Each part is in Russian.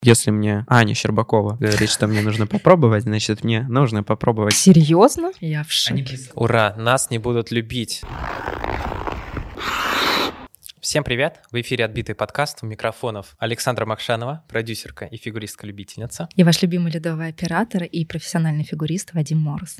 Если мне Аня Щербакова говорит, что мне нужно попробовать, значит, мне нужно попробовать. Серьезно? Я в шоке. Ура, нас не будут любить. Всем привет! В эфире «Отбитый подкаст». У микрофонов Александра Макшанова, продюсерка и фигуристка-любительница. И ваш любимый ледовый оператор и профессиональный фигурист Вадим Мороз.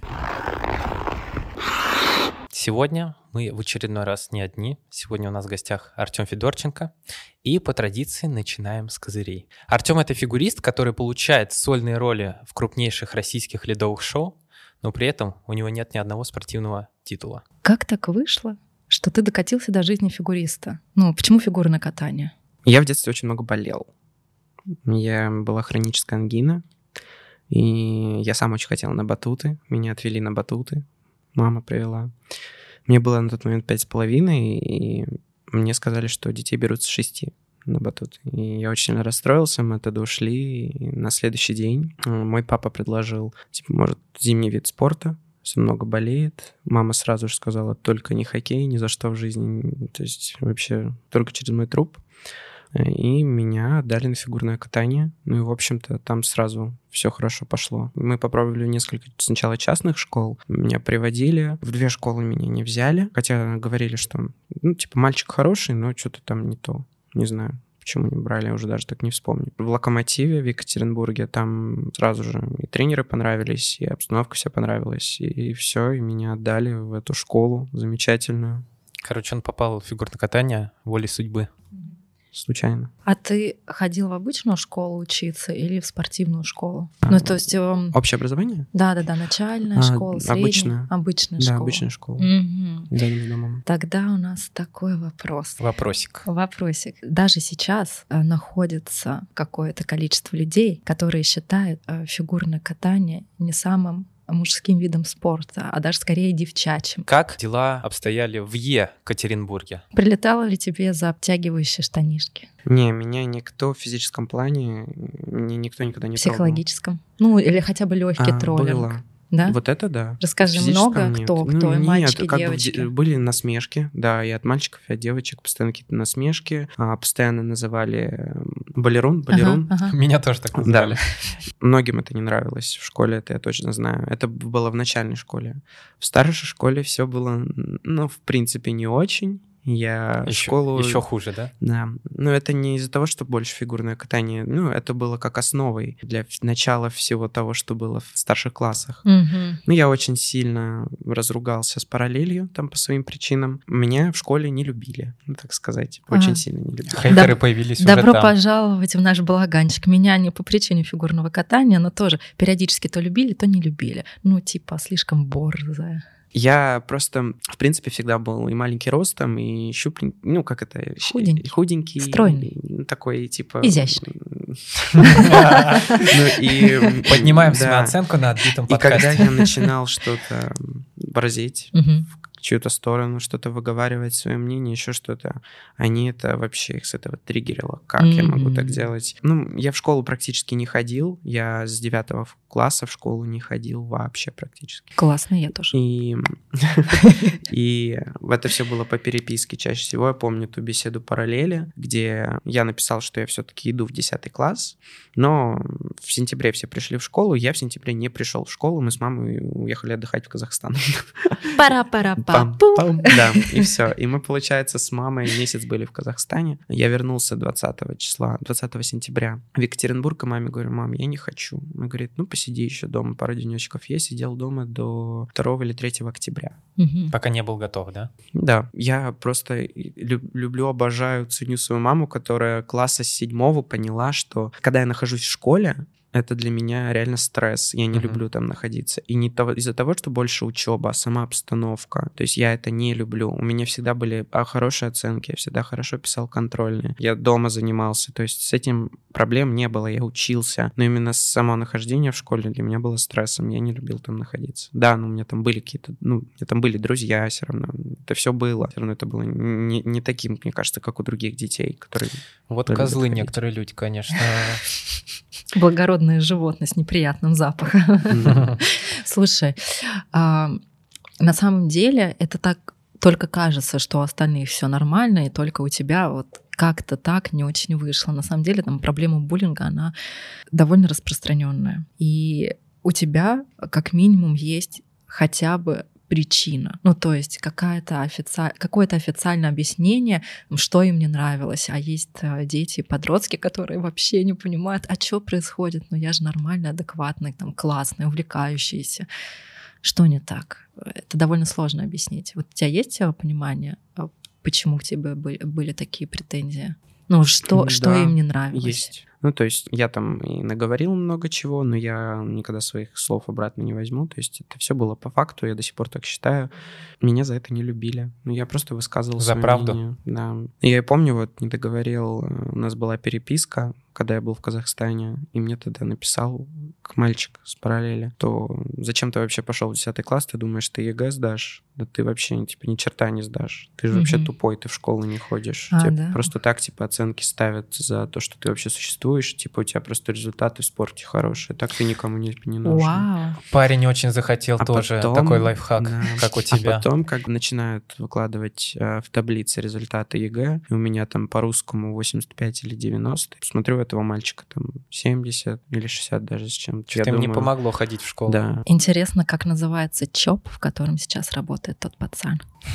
Сегодня мы в очередной раз не одни. Сегодня у нас в гостях Артем Федорченко. И по традиции начинаем с козырей. Артем — это фигурист, который получает сольные роли в крупнейших российских ледовых шоу, но при этом у него нет ни одного спортивного титула. Как так вышло, что ты докатился до жизни фигуриста? Почему фигурное катание? Я в детстве очень много болел. У меня была хроническая ангина, и я сам очень хотел на батуты. Меня отвели на батуты. Мама привела. Мне было на тот момент 5,5, и мне сказали, что детей берут с 6 на батут. И я очень сильно расстроился, мы оттуда ушли. И на следующий день мой папа предложил, может, зимний вид спорта, все много болеет. Мама сразу же сказала, только не хоккей, ни за что в жизни. То есть вообще только через мой труп. И меня отдали на фигурное катание. И, в общем-то, там сразу все хорошо пошло. Мы попробовали несколько сначала частных школ. Меня приводили. В 2 школы меня не взяли. Хотя говорили, что, мальчик хороший, но что-то там не то. Не знаю, почему не брали, я уже даже так не вспомню. В «Локомотиве» в Екатеринбурге там сразу же и тренеры понравились, и обстановка вся понравилась. И все, и меня отдали в эту школу замечательную. Короче, он попал в фигурное катание волей судьбы. Случайно. А ты ходил в обычную школу учиться или в спортивную школу? Общее образование? Да, начальная школа, средняя. Обычная школа. Да, обычная школа. Угу. Тогда у нас такой вопрос. Вопросик. Даже сейчас находится какое-то количество людей, которые считают фигурное катание не самым мужским видом спорта, а даже скорее девчачьим. Как дела обстояли в Екатеринбурге? Прилетало ли тебе за обтягивающие штанишки? Не, меня никто в физическом плане, никто никогда не трогал. В психологическом? Или хотя бы легкий троллинг? Было. Да? Вот это да. Расскажи, много нет. Кто, и мальчики, и девочки? Были насмешки, да, и от мальчиков, и от девочек постоянно какие-то насмешки, постоянно называли балерун. Ага. Меня тоже так называли. Да. Многим это не нравилось в школе, это я точно знаю. Это было в начальной школе. В старшей школе все было, в принципе, не очень. Я школу... Еще хуже, да? Да. Но это не из-за того, что больше фигурное катание. Это было как основой для начала всего того, что было в старших классах. Угу. Я очень сильно разругался с параллелью там по своим причинам. Меня в школе не любили, так сказать. Очень сильно не любили. Хейтеры появились уже там. Добро пожаловать в наш балаганчик. Меня не по причине фигурного катания, но тоже периодически то любили, то не любили. Слишком борзая. Я просто, в принципе, всегда был и маленький ростом, и щупленький. Худенький. Стройный. Такой, изящный. Поднимаем самооценку на отбитом подкасте. И когда я начинал что-то борзеть в чью-то сторону, что-то выговаривать, свое мнение, еще что-то, это вообще их с этого триггерило. Как я могу так делать? Я в школу практически не ходил. Я с 9 класса в школу не ходил вообще практически. Классно, я тоже. И это все было по переписке чаще всего. Я помню ту беседу параллели, где я написал, что я все-таки иду в 10 класс, но в сентябре все пришли в школу, я в сентябре не пришел в школу, мы с мамой уехали отдыхать в Казахстан. Да, и все. И мы, получается, с мамой месяц были в Казахстане. Я вернулся 20 сентября в Екатеринбург, и маме говорю, мам, я не хочу. Она говорит, посиди еще дома пару денечков. Я сидел дома до 2 или 3 октября. Пока не был готов, да? Да, я просто люблю, обожаю, ценю свою маму, которая класса 7 поняла, что когда я нахожусь в школе, это для меня реально стресс. Я не люблю там находиться. И не из-за того, что больше учеба, а сама обстановка. То есть я это не люблю. У меня всегда были хорошие оценки, я всегда хорошо писал контрольные. Я дома занимался. То есть с этим проблем не было. Я учился. Но именно само нахождение в школе для меня было стрессом. Я не любил там находиться. Да, у меня там были какие-то... у меня там были друзья все равно. Это все было. Все равно это было не таким, мне кажется, как у других детей, которые... Вот козлы некоторые люди, конечно... Благородное животное с неприятным запахом. Слушай, на самом деле это так только кажется, что у остальных все нормально, и только у тебя как-то так не очень вышло. На самом деле там проблема буллинга, она довольно распространенная. И у тебя как минимум есть хотя бы причина. Ну, то есть какое-то официальное объяснение, что им не нравилось. А есть дети, подростки, которые вообще не понимают, а что происходит? Ну, я же нормальный, адекватный, там, классный, увлекающийся. Что не так? Это довольно сложно объяснить. Вот у тебя есть понимание, почему к тебе были такие претензии? Ну, что им не нравилось? Есть. Ну, то есть я там и наговорил много чего, но я никогда своих слов обратно не возьму. То есть это все было по факту, я до сих пор так считаю. Меня за это не любили. Ну, я просто высказывал за правду? мнение. Да. Я помню, вот не договорил, у нас была переписка, когда я был в Казахстане, и мне тогда написал мальчик с параллели, то зачем ты вообще пошел в 10 класс, ты думаешь, ты ЕГЭ сдашь? Да ты вообще, типа, ни черта не сдашь. Ты же вообще тупой, ты в школу не ходишь. Тебе да? просто так, типа, оценки ставят за то, что ты вообще существуешь, типа, у тебя просто результаты в спорте хорошие, так ты никому не нужен. Вау. Парень очень захотел тоже потом, такой лайфхак, да, как у тебя. А потом, как начинают выкладывать в таблице результаты ЕГЭ, и у меня там по русскому 85 или 90, смотрю, у этого мальчика там 70 или 60 даже с чем-то. Что-то им не помогло ходить в школу. Да. Интересно, как называется ЧОП, в котором сейчас работает тот пацан.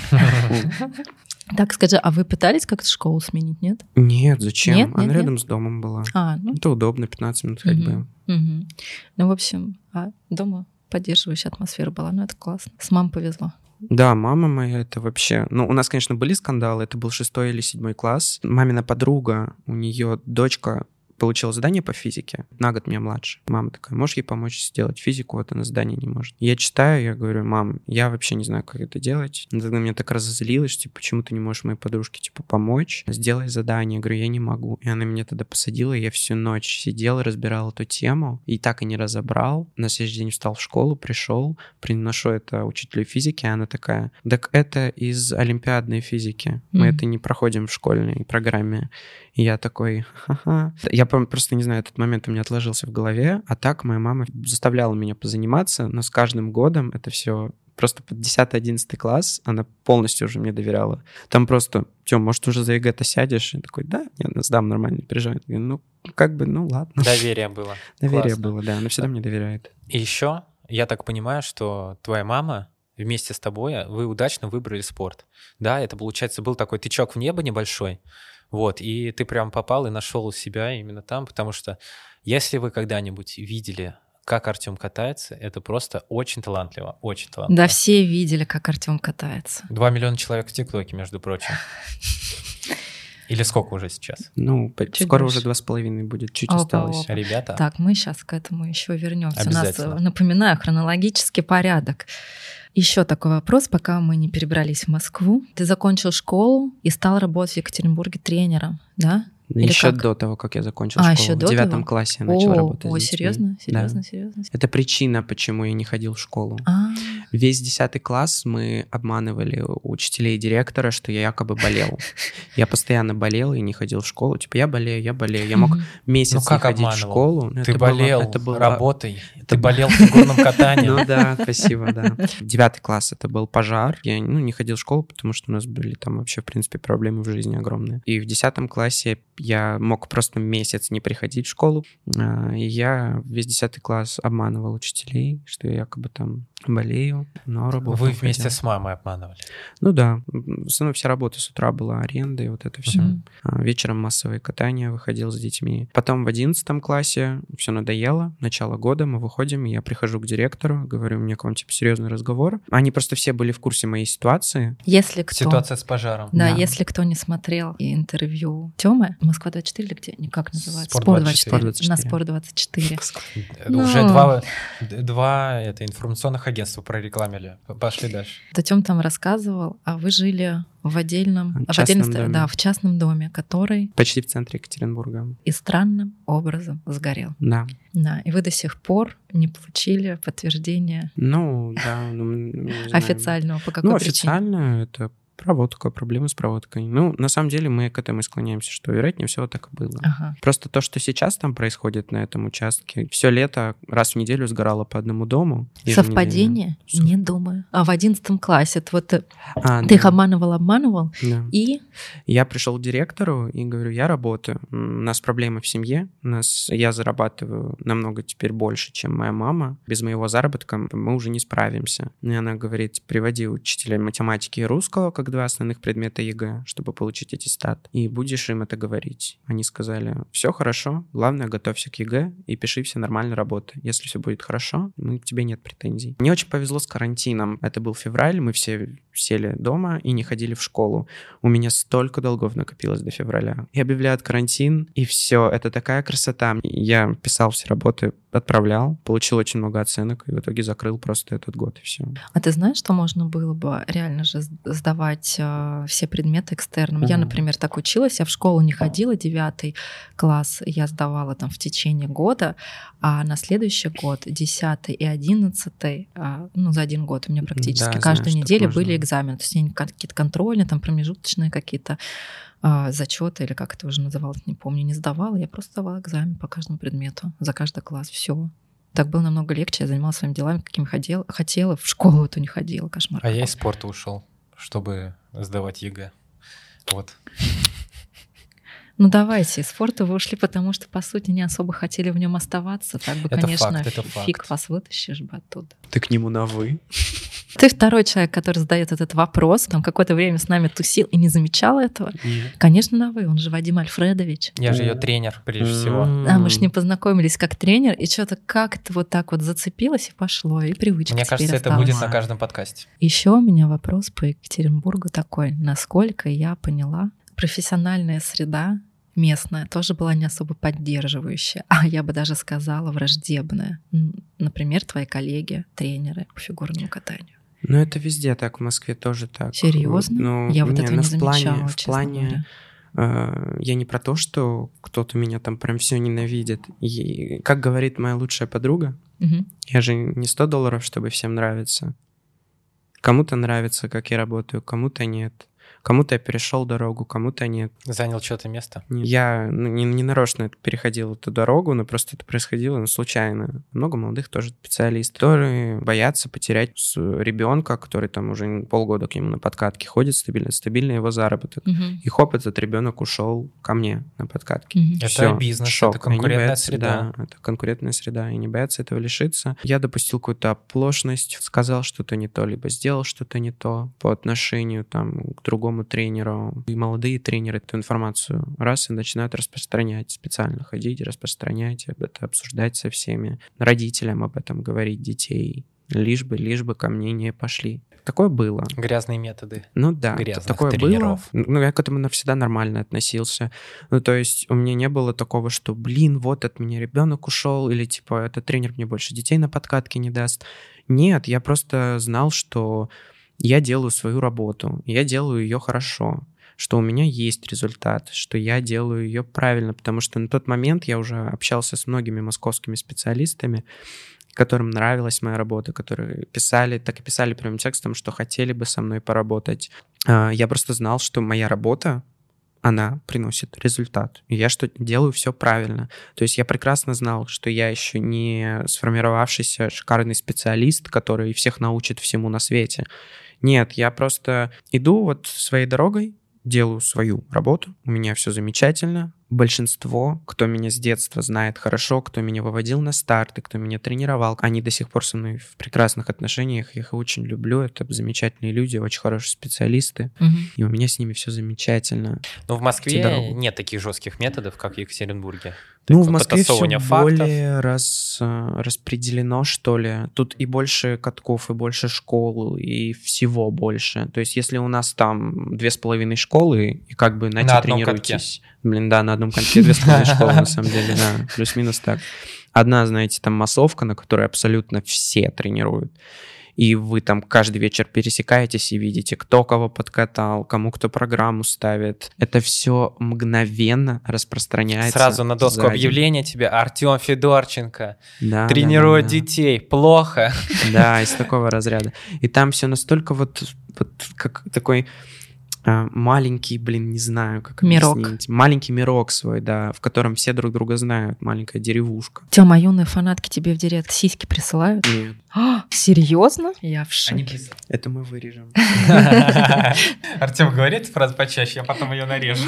Так, скажи, а вы пытались как-то школу сменить, нет? Нет, зачем? Нет, Она нет, рядом нет? с домом была. Ну. Это удобно, 15 минут ходьбы. Ну, в общем, дома поддерживающая атмосфера была, ну это классно. С мамой повезло. Да, мама моя, это вообще... Ну, у нас, конечно, были скандалы, это был 6 или 7 класс. Мамина подруга, у нее дочка получила задание по физике, на год меня младше. Мама такая, можешь ей помочь сделать физику? Вот она задание не может. Я читаю, я говорю, мам, я вообще не знаю, как это делать. Она тогда меня так разозлилась, типа, почему ты не можешь моей подружке, типа, помочь? Сделай задание. Я говорю, я не могу. И она меня тогда посадила, и я всю ночь сидел, разбирал эту тему, и так и не разобрал. На следующий день встал в школу, пришел, приношу это учителю физики, а она такая, так это из олимпиадной физики. Мы это не проходим в школьной программе. И я такой, ха-ха. Я просто не знаю, этот момент у меня отложился в голове, а так моя мама заставляла меня позаниматься, но с каждым годом это все просто под 10-11 класс она полностью уже мне доверяла. Там просто, Тём, может, уже за ЕГЭ-то сядешь? Я такой, да, я сдам нормально, не переживай. Я говорю, ну, как бы, ну, ладно. Доверие было. Доверие Классно. было, да, она всегда мне доверяет. И еще, я так понимаю, что твоя мама вместе с тобой, вы удачно выбрали спорт. Да, это, получается, был такой тычок в небо небольшой, вот, и ты прям попал и нашел себя именно там, потому что если вы когда-нибудь видели, как Артём катается, это просто очень талантливо, очень талантливо. Да, все видели, как Артём катается. 2 миллиона человек в ТикТоке, между прочим. Или сколько уже сейчас? Ну, чуть скоро больше. уже 2,5 будет, чуть осталось. Ребята. Так, мы сейчас к этому еще вернемся. У нас, Обязательно. напоминаю, хронологический порядок. Еще такой вопрос, пока мы не перебрались в Москву. Ты закончил школу и стал работать в Екатеринбурге тренером, да? Или Еще как? до того, как я закончил школу. Еще до в 9 того? классе я начал работать О, с детьми. серьезно? Да. Серьезно? Это причина, почему я не ходил в школу. А, Весь 10 класс мы обманывали учителей и директора, что я якобы болел. Я постоянно болел и не ходил в школу. Типа, я болею. Я мог месяц Ну как не ходить в обманывал? школу. Ты Это болел это было... работой, ты болел фигурным катанием. Ну да, спасибо, да. 9 класс это был пожар. Я не ходил в школу, потому что у нас были там вообще, в принципе, проблемы в жизни огромные. И в 10 классе я мог просто месяц не приходить в школу. И я весь 10 класс обманывал учителей, что я якобы там болею, но работал. Вы вместе с мамой обманывали? Ну да. В основном вся работа с утра была, аренда и вот это все. Вечером массовые катания, выходил с детьми. Потом в 11 классе все надоело. Начало года мы выходим, и я прихожу к директору, говорю, у меня к вам типа серьезный разговор. Они просто все были в курсе моей ситуации. если кто... Ситуация с пожаром. Да, Да. если кто не смотрел интервью Тёмы, Москва-24 или где? Как называется? Спорт-24. На Спорт-24. Уже два информационных агентства прорекламили. Пошли дальше. То Тём там рассказывал, а вы жили в отдельном... Частном доме. Да, в частном доме, который Почти в центре Екатеринбурга. и странным образом сгорел. Да. Да, и вы до сих пор не получили подтверждения Ну, да. Ну, не знаю. официального. По какой Ну, причине? официально это Проводка, проблемы с проводкой. Ну, на самом деле мы к этому и склоняемся, что, вероятнее всего, так и было. Ага. Просто то, что сейчас там происходит на этом участке, все лето раз в неделю сгорало по одному дому. Совпадение? Не думаю. А в 11 классе ты да. их обманывал, Да. и... Я пришел к директору и говорю, я работаю, у нас проблемы в семье, я зарабатываю намного теперь больше, чем моя мама. Без моего заработка мы уже не справимся. И она говорит, приводи учителя математики и русского как 2 основных предмета ЕГЭ, чтобы получить аттестат, и будешь им это говорить. Они сказали, все хорошо, главное, готовься к ЕГЭ и пиши все нормальные работы. Если все будет хорошо, к тебе нет претензий. Мне очень повезло с карантином. Это был февраль, мы все сели дома и не ходили в школу. У меня столько долгов накопилось до февраля. И объявляют карантин, и все, это такая красота. Я писал все работы, отправлял, получил очень много оценок, и в итоге закрыл просто этот год, и все. А ты знаешь, что можно было бы реально же сдавать все предметы экстерном? Я, например, так училась, я в школу не ходила, 9 класс я сдавала там в течение года, а на следующий год, 10 и 11, за 1 год у меня практически каждую неделю были экзамены, то есть какие-то контрольные, там промежуточные какие-то зачеты, или как это уже называлось, не помню, не сдавала, я просто сдавала экзамен по каждому предмету, за каждый класс, все. Так было намного легче, я занималась своими делами, какими хотела, в школу эту не ходила, кошмар. А я из спорта ушел, чтобы сдавать ЕГЭ. Вот. Ну давайте, из спорта вы ушли, потому что, по сути, не особо хотели в нем оставаться. Так бы, это конечно, факт. фиг вас вытащишь бы оттуда. Ты к нему на «вы». Ты второй человек, который задает этот вопрос, там какое-то время с нами тусил и не замечал этого. Конечно, на «вы», он же Вадим Альфредович. Я же ее тренер, прежде всего. Да, мы же не познакомились как тренер, и что-то как-то вот так вот зацепилось и пошло, и привычка. Мне кажется, это будет на каждом подкасте. Еще у меня вопрос по Екатеринбургу такой. Насколько я поняла, профессиональная среда местная тоже была не особо поддерживающая, а я бы даже сказала враждебная. Например, твои коллеги, тренеры по фигурному катанию. Ну, это везде так, в Москве тоже так. Серьезно? Ну, я вот этого не замечала, в плане я не про то, что кто-то меня там прям все ненавидит. И, как говорит моя лучшая подруга, я же не $100, чтобы всем нравиться. Кому-то нравится, как я работаю, кому-то нет. Кому-то я перешел дорогу, кому-то нет. Занял что-то место? Я не нарочно переходил эту дорогу, но просто это происходило случайно. Много молодых тоже специалистов, которые боятся потерять ребенка, который там уже полгода к нему на подкатке ходит, стабильный его заработок. И хоп, этот ребенок ушел ко мне на подкатке. Это Всё, бизнес, шок. это конкурентная боятся, среда. Да, это конкурентная среда, и не боятся этого лишиться. Я допустил какую-то оплошность, сказал что-то не то, либо сделал что-то не то по отношению там к другому тренеру. И молодые тренеры эту информацию раз и начинают распространять, специально ходить, распространять, об этом обсуждать со всеми, родителям об этом говорить, детей, лишь бы ко мне не пошли. Такое было. Грязные методы. Ну да, такое тренеров. было. Ну, я к этому всегда нормально относился. Ну, то есть у меня не было такого, что, вот от меня ребенок ушел, или типа этот тренер мне больше детей на подкатке не даст. Нет, я просто знал, что я делаю свою работу, я делаю ее хорошо, что у меня есть результат, что я делаю ее правильно, потому что на тот момент я уже общался с многими московскими специалистами, которым нравилась моя работа, которые писали прямым текстом, что хотели бы со мной поработать. Я просто знал, что моя работа, она приносит результат. И я делаю все правильно. То есть я прекрасно знал, что я еще не сформировавшийся шикарный специалист, который всех научит всему на свете. Нет, я просто иду вот своей дорогой, делаю свою работу, у меня все замечательно. Большинство, кто меня с детства знает хорошо, кто меня выводил на старты, кто меня тренировал, они до сих пор со мной в прекрасных отношениях, я их очень люблю, это замечательные люди, очень хорошие специалисты, и у меня с ними все замечательно. Но в Москве нет таких жестких методов, как в Екатеринбурге. Ну, в Москве все более распределено, что ли. Тут и больше катков, и больше школ, и всего больше. То есть если у нас там 2,5 школы, и как бы, знаете, тренируйтесь. Блин, да, на одном конце 2,5 школы, на самом деле, да, плюс-минус так. Одна, знаете, там массовка, на которой абсолютно все тренируют. И вы там каждый вечер пересекаетесь и видите, кто кого подкатал, кому кто программу ставит. Это все мгновенно распространяется. Сразу на доску объявления тебе Артем Федорченко тренирует детей. Плохо. Да, из такого разряда. И там все настолько вот как такой Маленький, не знаю, как Мирок. объяснить. Маленький мирок свой, да, в котором все друг друга знают. Маленькая деревушка. Тёма, юные фанатки тебе в директ сиськи присылают? Нет. Серьезно? Я в шоке. Это мы вырежем. Артем говорит фразу почаще, я потом ее нарежу.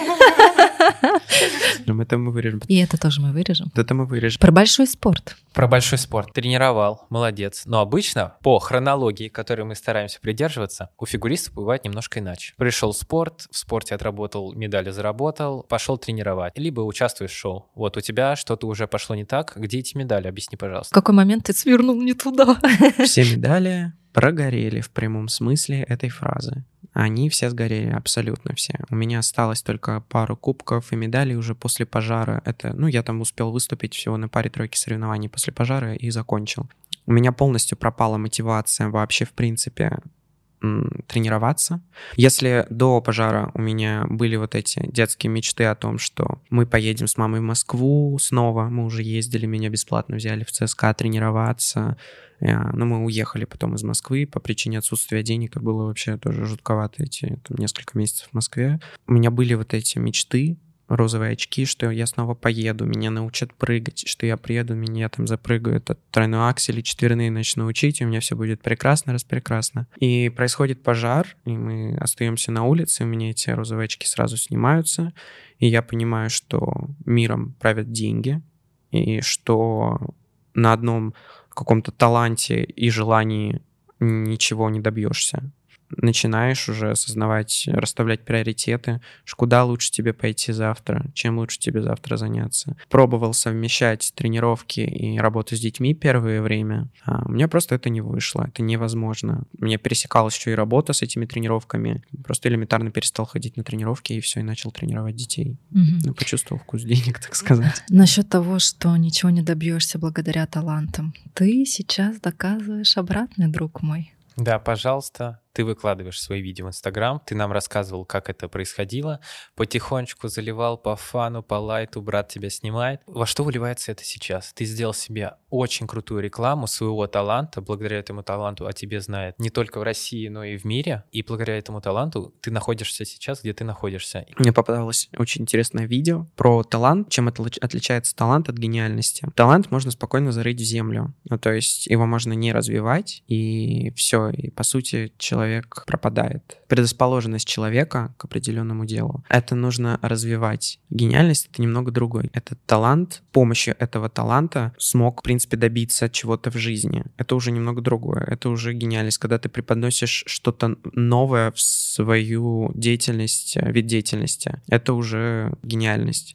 Это мы вырежем. И это тоже мы вырежем. Это мы вырежем. Про большой спорт. Про большой спорт. Тренировал, молодец. Но обычно по хронологии, которой мы стараемся придерживаться, у фигуристов бывает немножко иначе. Пришел спорт, в спорте отработал, медали заработал, пошел тренировать. Либо участвуешь в шоу. Вот у тебя что-то уже пошло не так. Где эти медали? Объясни, В пожалуйста. какой момент ты свернул не туда? Все медали прогорели в прямом смысле этой фразы. Они все сгорели, абсолютно все. У меня осталось только пару кубков и медалей уже после пожара. Я там успел выступить всего на паре-тройке соревнований после пожара и закончил. У меня полностью пропала мотивация вообще, в принципе, тренироваться. Если до пожара у меня были вот эти детские мечты о том, что мы поедем с мамой в Москву снова, мы уже ездили, меня бесплатно взяли в ЦСКА тренироваться, но мы уехали потом из Москвы по причине отсутствия денег, и было вообще тоже жутковато несколько месяцев в Москве. У меня были вот эти мечты, розовые очки, что я снова поеду, меня научат прыгать, что я приеду, меня там запрыгаю этот тройной аксель и четверные начну учить, и у меня все будет прекрасно, распрекрасно. И происходит пожар, и мы остаемся на улице, у меня эти розовые очки сразу снимаются, и я понимаю, что миром правят деньги, и что на одном каком-то таланте и желании ничего не добьешься. Начинаешь уже осознавать, расставлять приоритеты, куда лучше тебе пойти завтра, чем лучше тебе завтра заняться. Пробовал совмещать тренировки и работу с детьми первое время, а у меня просто это не вышло, это невозможно. У меня пересекалась еще и работа с этими тренировками, просто элементарно перестал ходить на тренировки и все, и начал тренировать детей. Почувствовал вкус денег, так сказать. Насчет того, что ничего не добьешься благодаря талантам, ты сейчас доказываешь обратное, друг мой. Да, пожалуйста, ты выкладываешь свои видео в Инстаграм, ты нам рассказывал, как это происходило, потихонечку заливал по фану, по лайту, брат тебя снимает. Во что выливается это сейчас? Ты сделал себе очень крутую рекламу своего таланта, благодаря этому таланту о тебе знает не только в России, но и в мире, и благодаря этому таланту ты находишься сейчас, где ты находишься. Мне попадалось очень интересное видео про талант, чем отличается талант от гениальности. Талант можно спокойно зарыть в землю, то есть его можно не развивать, и все, и по сути человек пропадает. Предрасположенность человека к определенному делу. Это нужно развивать. Гениальность — это немного другой. Это талант. С помощью этого таланта смог, в принципе, добиться чего-то в жизни. Это уже немного другое. Это уже гениальность, когда ты преподносишь что-то новое в свою деятельность, вид деятельности. Это уже гениальность.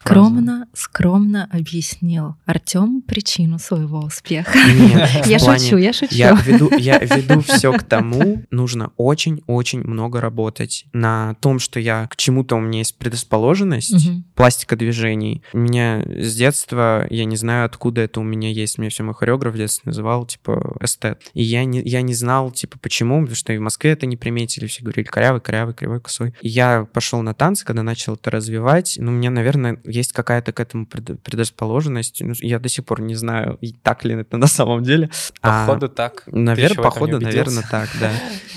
Скромно объяснил Артём причину своего успеха. Нет, я шучу. Я веду все к тому, нужно очень-очень много работать на том, что к чему-то у меня есть предрасположенность, пластика движений. У меня с детства, я не знаю, откуда это у меня есть, меня все мой хореограф в детстве называл, эстет. И я не знал, почему, потому что и в Москве это не приметили, все говорили корявый, кривой, косой. И я пошел на танцы, когда начал это развивать, у меня, наверное, есть какая-то к этому предрасположенность, я до сих пор не знаю, так ли это на самом деле. Походу так. Наверное, так, да.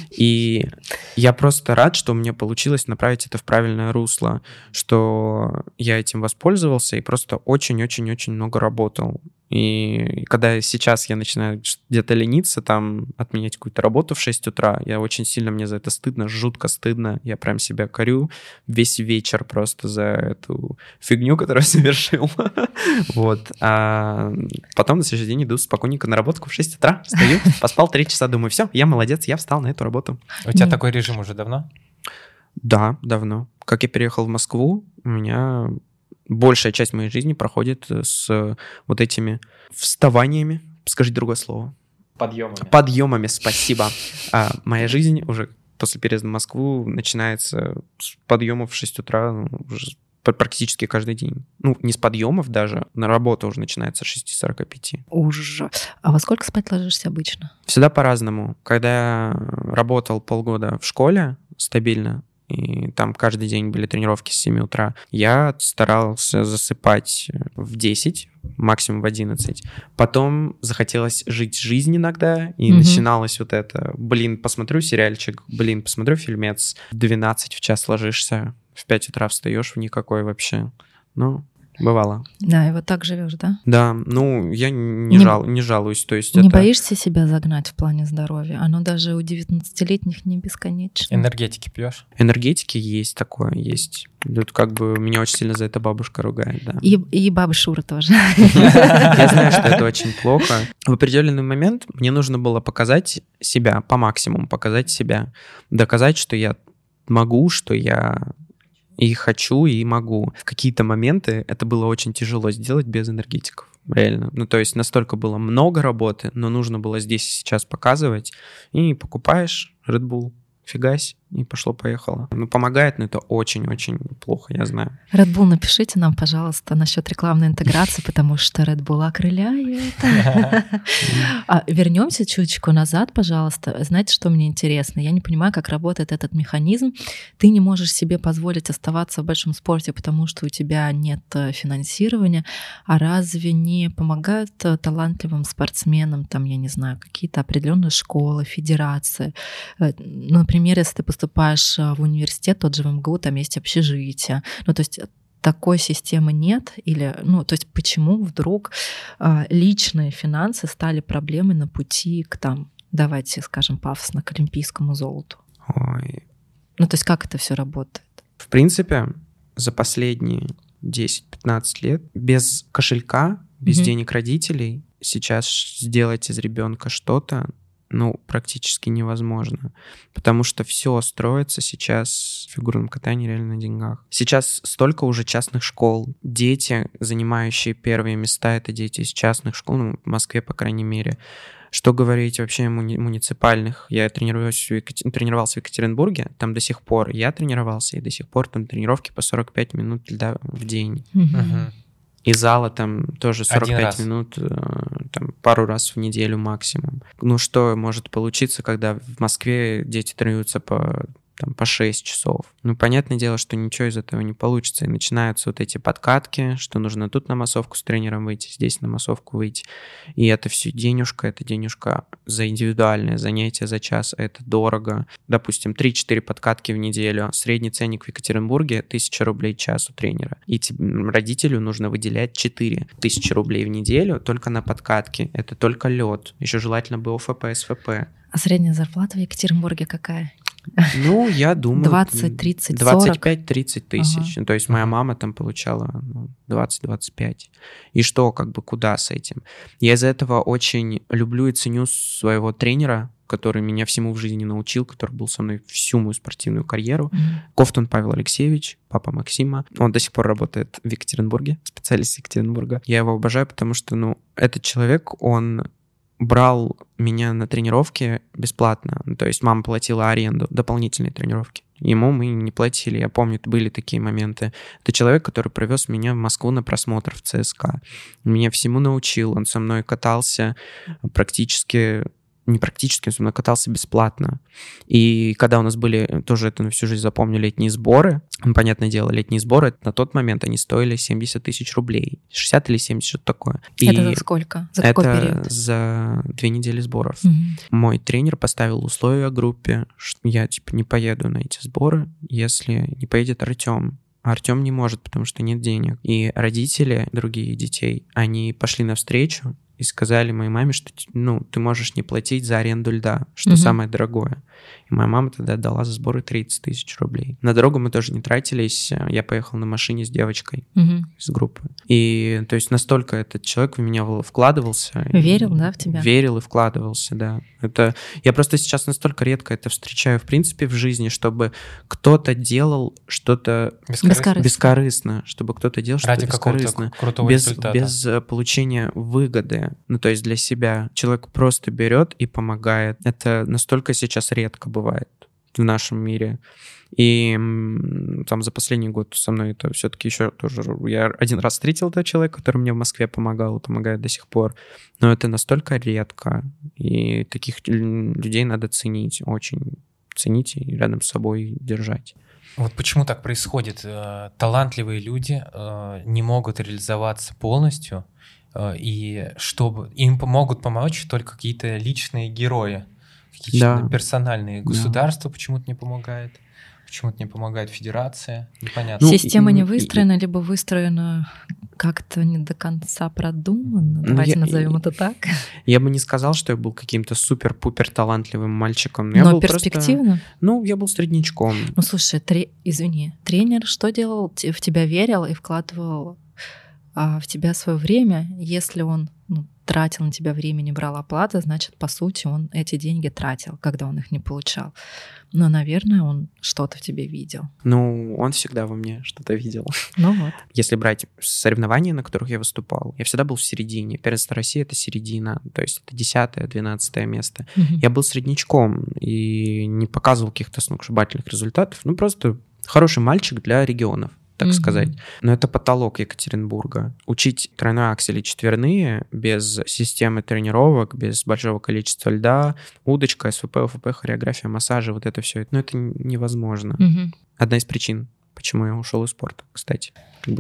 И я просто рад, что у меня получилось направить это в правильное русло, что я этим воспользовался и просто очень-очень-очень много работал. И когда сейчас я начинаю где-то лениться, отменять какую-то работу в 6 утра, очень сильно мне за это стыдно, жутко стыдно. Я прям себя корю весь вечер просто за эту фигню, которую совершил. Вот. А потом на следующий день иду спокойненько на работу в 6 утра, встаю, поспал 3 часа, думаю, все, я молодец, я встал на эту работу. У тебя такой режим уже давно? Да, давно. Как я переехал в Москву, у меня большая часть моей жизни проходит с вот этими вставаниями. Скажи другое слово. Подъемами, спасибо. Моя жизнь уже после переезда в Москву начинается с подъемов в 6 утра уже практически каждый день. Не с подъемов даже, на работу уже начинается с 6:45. Ужас. А во сколько спать ложишься обычно? Всегда по-разному. Когда я работал полгода в школе стабильно, и там каждый день были тренировки с 7 утра. Я старался засыпать в 10, максимум в 11. Потом захотелось жить жизнь иногда, и начиналось вот это. Посмотрю сериальчик, посмотрю фильмец. В 12 в час ложишься, в 5 утра встаешь в никакой вообще. Бывало. Да, и вот так живешь, да? Да, я не жалуюсь. То есть не боишься себя загнать в плане здоровья? Оно даже у 19-летних не бесконечно. Энергетики пьешь? Энергетики есть такое, есть. Тут меня очень сильно за это бабушка ругает, да. И баба Шура тоже. Я знаю, что это очень плохо. В определенный момент мне нужно было показать себя, по максимуму показать себя. Доказать, что я могу, что я и хочу, и могу. В какие-то моменты это было очень тяжело сделать без энергетиков. Реально. То есть настолько было много работы, но нужно было здесь и сейчас показывать. И покупаешь Red Bull, фигась, и пошло-поехало. Помогает, но это очень-очень плохо, я знаю. Red Bull, напишите нам, пожалуйста, насчет рекламной интеграции, потому что Red Bull окрыляет. Вернемся чуточку назад, пожалуйста. Знаете, что мне интересно? Я не понимаю, как работает этот механизм. Ты не можешь себе позволить оставаться в большом спорте, потому что у тебя нет финансирования. А разве не помогают талантливым спортсменам, я не знаю, какие-то определенные школы, федерации? Например, если ты поступаешь в университет, тот же в МГУ, там есть общежитие. То есть такой системы нет? Или, то есть почему вдруг личные финансы стали проблемой на пути к давайте скажем пафосно, к олимпийскому золоту? Ой. То есть как это все работает? В принципе, за последние 10-15 лет без кошелька, без денег родителей сейчас сделать из ребенка что-то практически невозможно, потому что все строится сейчас в фигурном катании реально на деньгах. Сейчас столько уже частных школ. Дети, занимающие первые места, это дети из частных школ, в Москве, по крайней мере. Что говорить вообще муниципальных? Я тренировался в Екатеринбурге, там до сих пор я тренировался, и до сих пор там тренировки по 45 минут льда в день. И зала там тоже 45 минут, пару раз в неделю максимум. Что может получиться, когда в Москве дети тренируются по 6 часов? Понятное дело, что ничего из этого не получится. И начинаются вот эти подкатки, что нужно тут на массовку с тренером выйти, здесь на массовку выйти. И это все денежка, это денежка за индивидуальное занятие за час, а это дорого. Допустим, 3-4 подкатки в неделю. Средний ценник в Екатеринбурге 1000 рублей час у тренера. И родителю нужно выделять 4000 рублей в неделю только на подкатки. Это только лед. Еще желательно бы ОФП, СФП. А средняя зарплата в Екатеринбурге какая? Я думаю... 20, 30, 40? 25-30 тысяч. То есть моя мама там получала 20-25. И что, куда с этим? Я из-за этого очень люблю и ценю своего тренера, который меня всему в жизни научил, который был со мной всю мою спортивную карьеру. Ковтун Павел Алексеевич, папа Максима. Он до сих пор работает в Екатеринбурге, специалист Екатеринбурга. Я его обожаю, потому что, этот человек, он брал меня на тренировки бесплатно. То есть мама платила аренду, дополнительные тренировки. Ему мы не платили. Я помню, были такие моменты. Это человек, который привез меня в Москву на просмотр в ЦСКА. Меня всему научил. Он со мной катался он со мной катался бесплатно. И когда у нас были, тоже это на всю жизнь запомню, летние сборы, понятное дело, летние сборы, на тот момент они стоили 70 тысяч рублей. 60 или 70, что-то такое. Это за сколько? За какой период? Это за 2 недели сборов. Мой тренер поставил условия группе, что я не поеду на эти сборы, если не поедет Артем. А Артем не может, потому что нет денег. И родители других детей, они пошли навстречу и сказали моей маме, что ты можешь не платить за аренду льда, что самое дорогое. И моя мама тогда отдала за сборы 30 тысяч рублей. На дорогу мы тоже не тратились. Я поехал на машине с девочкой из группы. И то есть настолько этот человек в меня вкладывался. Верил, да, в тебя? Верил и вкладывался, да. Я просто сейчас настолько редко это встречаю, в принципе, в жизни, чтобы кто-то делал что-то бескорыстно, чтобы кто-то делал что-то бескорыстно. Без получения выгоды. То есть для себя. Человек просто берет и помогает. Это настолько сейчас редко бывает в нашем мире. И за последний год со мной это все-таки еще тоже... Я один раз встретил этого человека, который мне в Москве помогал и помогает до сих пор. Но это настолько редко. И таких людей надо ценить, очень ценить и рядом с собой держать. Вот почему так происходит? Талантливые люди не могут реализоваться полностью, и чтобы им могут помочь только какие-то личные герои, какие-то персональные. Государство почему-то не помогает. Почему-то не помогает федерация, непонятно. Система не выстроена, либо выстроена как-то не до конца продуманно. Давайте назовем это так. Я бы не сказал, что я был каким-то супер-пупер талантливым мальчиком. Но был перспективно? Просто, я был среднячком. Ну, слушай, тренер что делал? В тебя верил и вкладывал в тебя свое время. Если он тратил на тебя время, не брал оплаты, значит, по сути, он эти деньги тратил, когда он их не получал. Но, наверное, он что-то в тебе видел. Он всегда во мне что-то видел. Ну вот. Если брать соревнования, на которых я выступал, я всегда был в середине. Первенство России — это середина, то есть это 10-12 место. Я был среднячком и не показывал каких-то сногсшибательных результатов. Просто хороший мальчик для регионов, так сказать. Но это потолок Екатеринбурга. Учить тройной аксель и четверные без системы тренировок, без большого количества льда, удочка, СВП, ОФП, хореография, массажи, вот это все, это невозможно. Одна из причин, почему я ушел из спорта, кстати.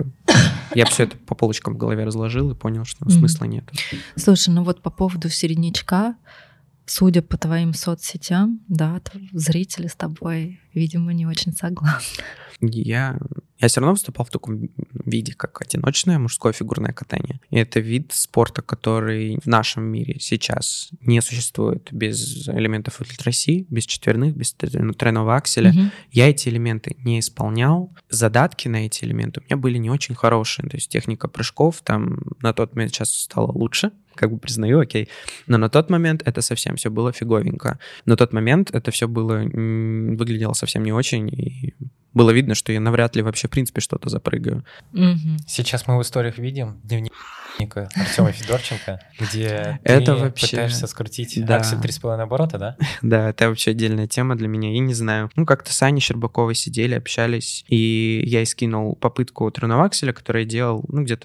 Я все это по полочкам в голове разложил и понял, что смысла нет. Слушай, вот по поводу середнячка, судя по твоим соцсетям, да, зрители с тобой, видимо, не очень согласны. Я все равно выступал в таком виде, как одиночное мужское фигурное катание. И это вид спорта, который в нашем мире сейчас не существует без элементов ультраси, без четверных, без тройного акселя. Я эти элементы не исполнял. Задатки на эти элементы у меня были не очень хорошие. То есть техника прыжков там на тот момент сейчас стала лучше, признаю, окей. Но на тот момент это совсем все было фиговенько. На тот момент это все выглядело совсем не очень, и было видно, что я навряд ли вообще в принципе что-то запрыгаю. Сейчас мы в историях видим дневник Артема Федорченко, где это ты вообще пытаешься скрутить аксель 3,5 оборота, да? Да, это вообще отдельная тема для меня. Я не знаю. Как-то с Аней Щербаковой сидели, общались, и я ей скинул попытку тройного акселя, который я делал, где-то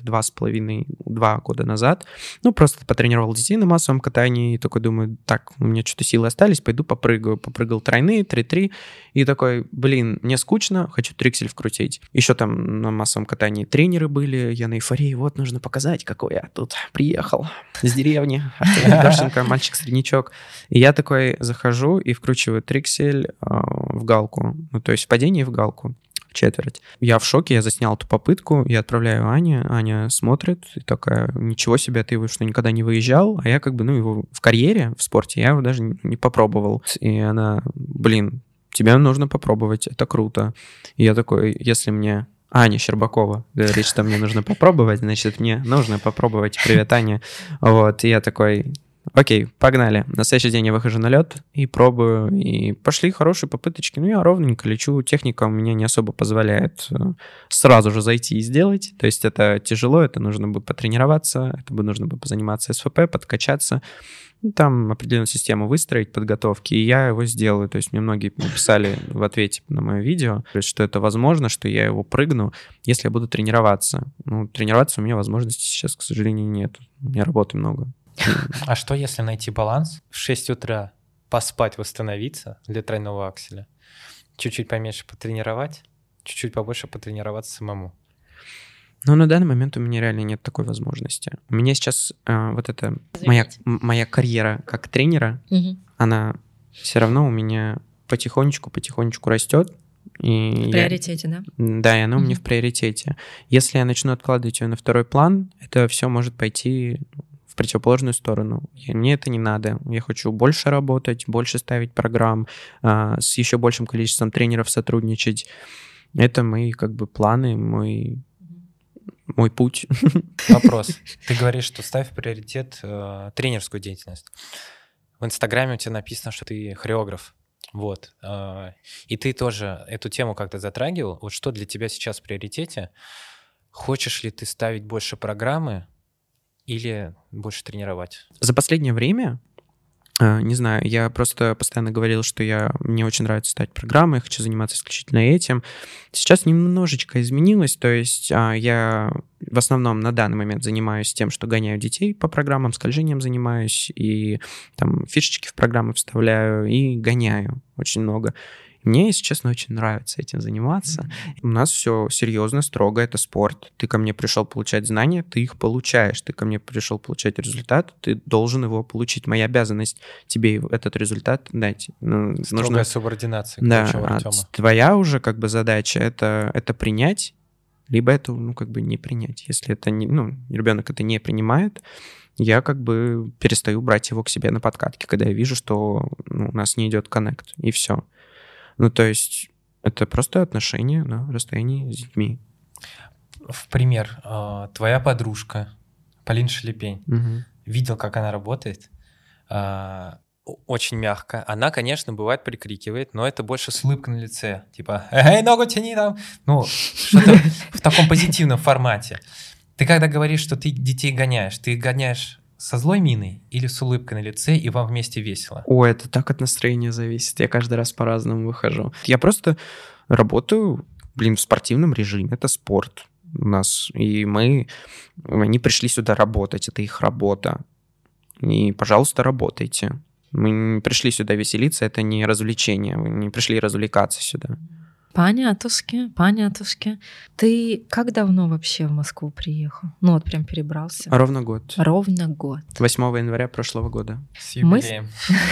2 года назад. Просто потренировал детей на массовом катании, и такой думаю, так, у меня что-то силы остались, пойду попрыгаю. Попрыгал тройные, 3-3, и такой, мне скучно, хочу триксель вкрутить. Еще там на массовом катании тренеры были, я на эйфории, вот нужно показать, какой я тут приехал с деревни, Артем Федорченко, мальчик-среднячок. И я такой захожу и вкручиваю триксель в галку, то есть в падении в галку, в четверть. Я в шоке, я заснял эту попытку, я отправляю Ане, Аня смотрит и такая, ничего себе, ты его что, никогда не выезжал? А я его в карьере, в спорте, я его даже не попробовал. И она, тебе нужно попробовать, это круто. И я такой, если мне Аня Щербакова говорит, что мне нужно попробовать, значит, мне нужно попробовать. Привет, Аня. И я такой, окей, погнали. На следующий день я выхожу на лед и пробую. И пошли хорошие попыточки. Я ровненько лечу. Техника у меня не особо позволяет сразу же зайти и сделать. То есть это тяжело, это нужно бы потренироваться, это бы нужно бы позаниматься СВП, подкачаться. Там определенную систему выстроить, подготовки, и я его сделаю. То есть мне многие написали в ответе на мое видео, что это возможно, что я его прыгну, если я буду тренироваться. Тренироваться у меня возможности сейчас, к сожалению, нет. У меня работы много. А что, если найти баланс? В 6 утра поспать, восстановиться для тройного акселя, чуть-чуть поменьше потренировать, чуть-чуть побольше потренироваться самому? На данный момент у меня реально нет такой возможности. У меня сейчас моя карьера как тренера, она все равно у меня потихонечку растет. В приоритете, да? Да, и она у меня в приоритете. Если я начну откладывать ее на второй план, это все может пойти в противоположную сторону. Мне это не надо. Я хочу больше работать, больше ставить программ, с еще большим количеством тренеров сотрудничать. Это мои планы, мой путь. Вопрос. Ты говоришь, что ставь в приоритет тренерскую деятельность. В Инстаграме у тебя написано, что ты хореограф. И ты тоже эту тему как-то затрагивал. Что для тебя сейчас в приоритете? Хочешь ли ты ставить больше программы или больше тренировать? За последнее время, не знаю, я просто постоянно говорил, что мне очень нравится ставить программы, я хочу заниматься исключительно этим. Сейчас немножечко изменилось, то есть я в основном на данный момент занимаюсь тем, что гоняю детей по программам, скольжением занимаюсь, и там фишечки в программы вставляю, и гоняю очень много. Мне, если честно, очень нравится этим заниматься. У нас все серьезно, строго, это спорт. Ты ко мне пришел получать знания, ты их получаешь. Ты ко мне пришел получать результат, ты должен его получить. Моя обязанность тебе этот результат дать. Строгая субординация, да, у Артема. Твоя уже как бы задача это принять, либо это как бы не принять. Если это ребенок это не принимает, я как бы перестаю брать его к себе на подкатке, когда я вижу, что у нас не идет коннект, и все. То есть это просто отношения на расстоянии с детьми. В пример, твоя подружка Полина Шелепень, видел, как она работает, очень мягко. Она, конечно, бывает прикрикивает, но это больше с улыбкой на лице. Типа, эй, ногу тяни там. Что-то в таком позитивном формате. Ты когда говоришь, что ты детей гоняешь, ты гоняешь со злой миной или с улыбкой на лице, и вам вместе весело? Это так от настроения зависит. Я каждый раз по-разному выхожу. Я просто работаю, в спортивном режиме. Это спорт у нас. И они пришли сюда работать. Это их работа. И, пожалуйста, работайте. Мы не пришли сюда веселиться, это не развлечение. Вы не пришли развлекаться сюда. Понятушки. Ты как давно вообще в Москву приехал? Прям перебрался. Ровно год. 8 января прошлого года. С юбилеем.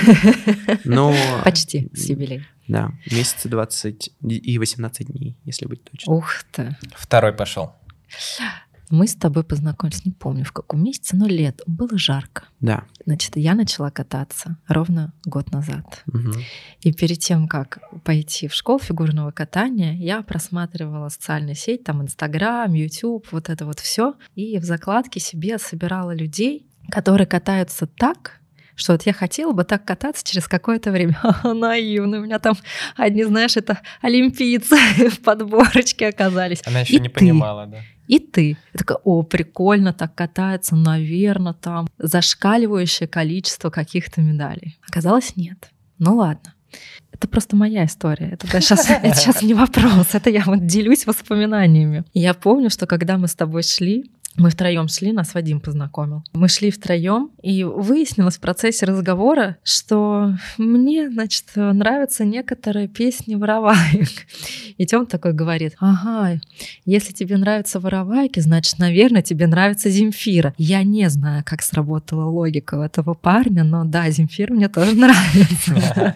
Почти с юбилеем. Да, месяца 20 и 18 дней, если быть точным. Ух ты. Второй пошел. Мы с тобой познакомились, не помню в каком месяце, но летом. Было жарко. Да. Значит, я начала кататься ровно год назад. Угу. И перед тем, как пойти в школу фигурного катания, я просматривала социальные сети, там Инстаграм, Ютуб, вот это вот все. И в закладке себе собирала людей, которые катаются так, что я хотела бы так кататься через какое-то время. Наивно. У меня там одни, знаешь, это олимпийцы в подборочке оказались. Она еще не понимала, да? И ты. Я такая, прикольно так катается, наверное, там зашкаливающее количество каких-то медалей. Оказалось, нет. Ладно. Это просто моя история. Это сейчас не вопрос. Это я делюсь воспоминаниями. И я помню, что когда мы с тобой шли, мы втроем шли, нас Вадим познакомил. Мы шли втроем, и выяснилось в процессе разговора, что мне, нравятся некоторые песни вороваек. И Тём такой говорит: ага, если тебе нравятся воровайки, значит, наверное, тебе нравится Земфира. Я не знаю, как сработала логика у этого парня, но да, Земфира мне тоже нравится.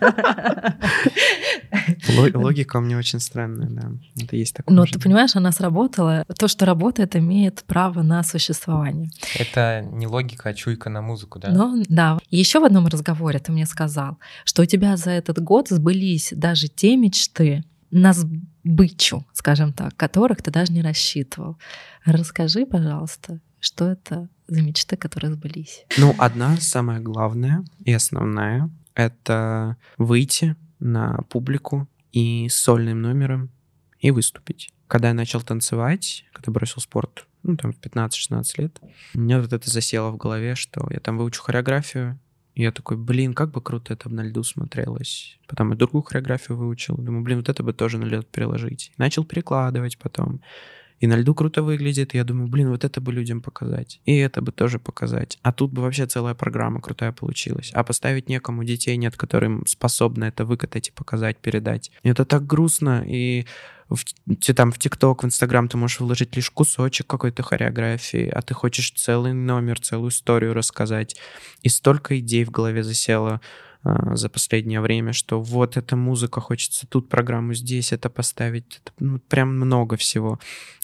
Логика у меня очень странная, да. Это есть такое. Но ты понимаешь, она сработала. То, что работает, имеет право на существование. Это не логика, а чуйка на музыку, да? Да. Еще в одном разговоре ты мне сказал, что у тебя за этот год сбылись даже те мечты на сбычу, скажем так, которых ты даже не рассчитывал. Расскажи, пожалуйста, что это за мечты, которые сбылись? Одна самая главная и основная — это выйти на публику и с сольным номером и выступить. Когда я начал танцевать, когда бросил спорт, в 15-16 лет, у меня вот это засело в голове, что я там выучу хореографию, и я такой, как бы круто это на льду смотрелось. Потом я другую хореографию выучил, думаю, вот это бы тоже на лед переложить. Начал перекладывать потом. И на льду круто выглядит, и я думаю, вот это бы людям показать. И это бы тоже показать. А тут бы вообще целая программа крутая получилась. А поставить некому, детей нет, которым способны это выкатать и показать, передать. И это так грустно, и в ТикТок, в Инстаграм ты можешь выложить лишь кусочек какой-то хореографии, а ты хочешь целый номер, целую историю рассказать. И столько идей в голове засело за последнее время, что вот эта музыка, хочется тут программу, здесь это поставить. Это, прям много всего.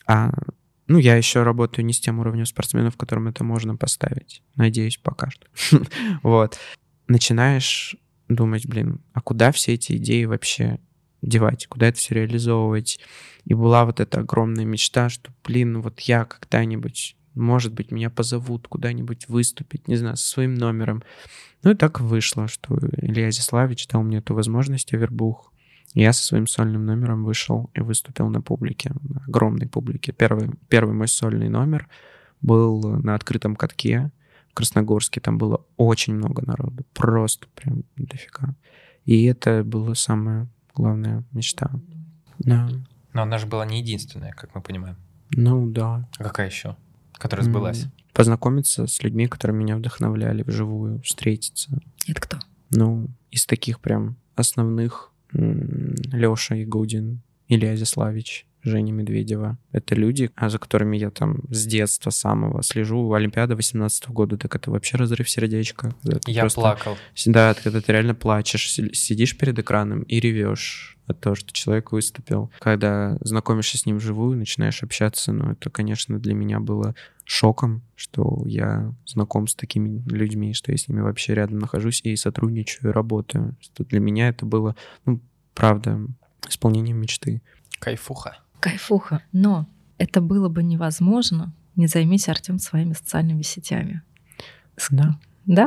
Я еще работаю не с тем уровнем спортсменов, которым это можно поставить. Надеюсь, пока что. Вот. Начинаешь думать, а куда все эти идеи вообще девать? Куда это все реализовывать? И была вот эта огромная мечта, что, я когда-нибудь, может быть, меня позовут куда-нибудь выступить, не знаю, со своим номером. И так вышло, что Илья Зиславич дал мне эту возможность, Авербух. Я со своим сольным номером вышел и выступил на публике, на огромной публике. Первый мой сольный номер был на открытом катке в Красногорске. Там было очень много народу, просто прям дофига. И это была самая главная мечта. Да. Но она же была не единственная, как мы понимаем. Да. А какая еще, которая сбылась? Познакомиться с людьми, которые меня вдохновляли вживую, встретиться. Это кто? Из таких прям основных, Лёша Ягудин, Илья Зяславич, Женя Медведева. Это люди, за которыми я там с детства самого слежу. Олимпиада 18 года, так это вообще разрыв сердечка. Я плакал. Да, когда ты реально плачешь, сидишь перед экраном и ревешь от того, что человек выступил. Когда знакомишься с ним вживую, начинаешь общаться, это, конечно, для меня было шоком, что я знаком с такими людьми, что я с ними вообще рядом нахожусь и сотрудничаю, и работаю. Что для меня это было, правда, исполнением мечты. Кайфуха. Кайфуха. Но это было бы невозможно, не займись, Артём, своими социальными сетями. Да. Да?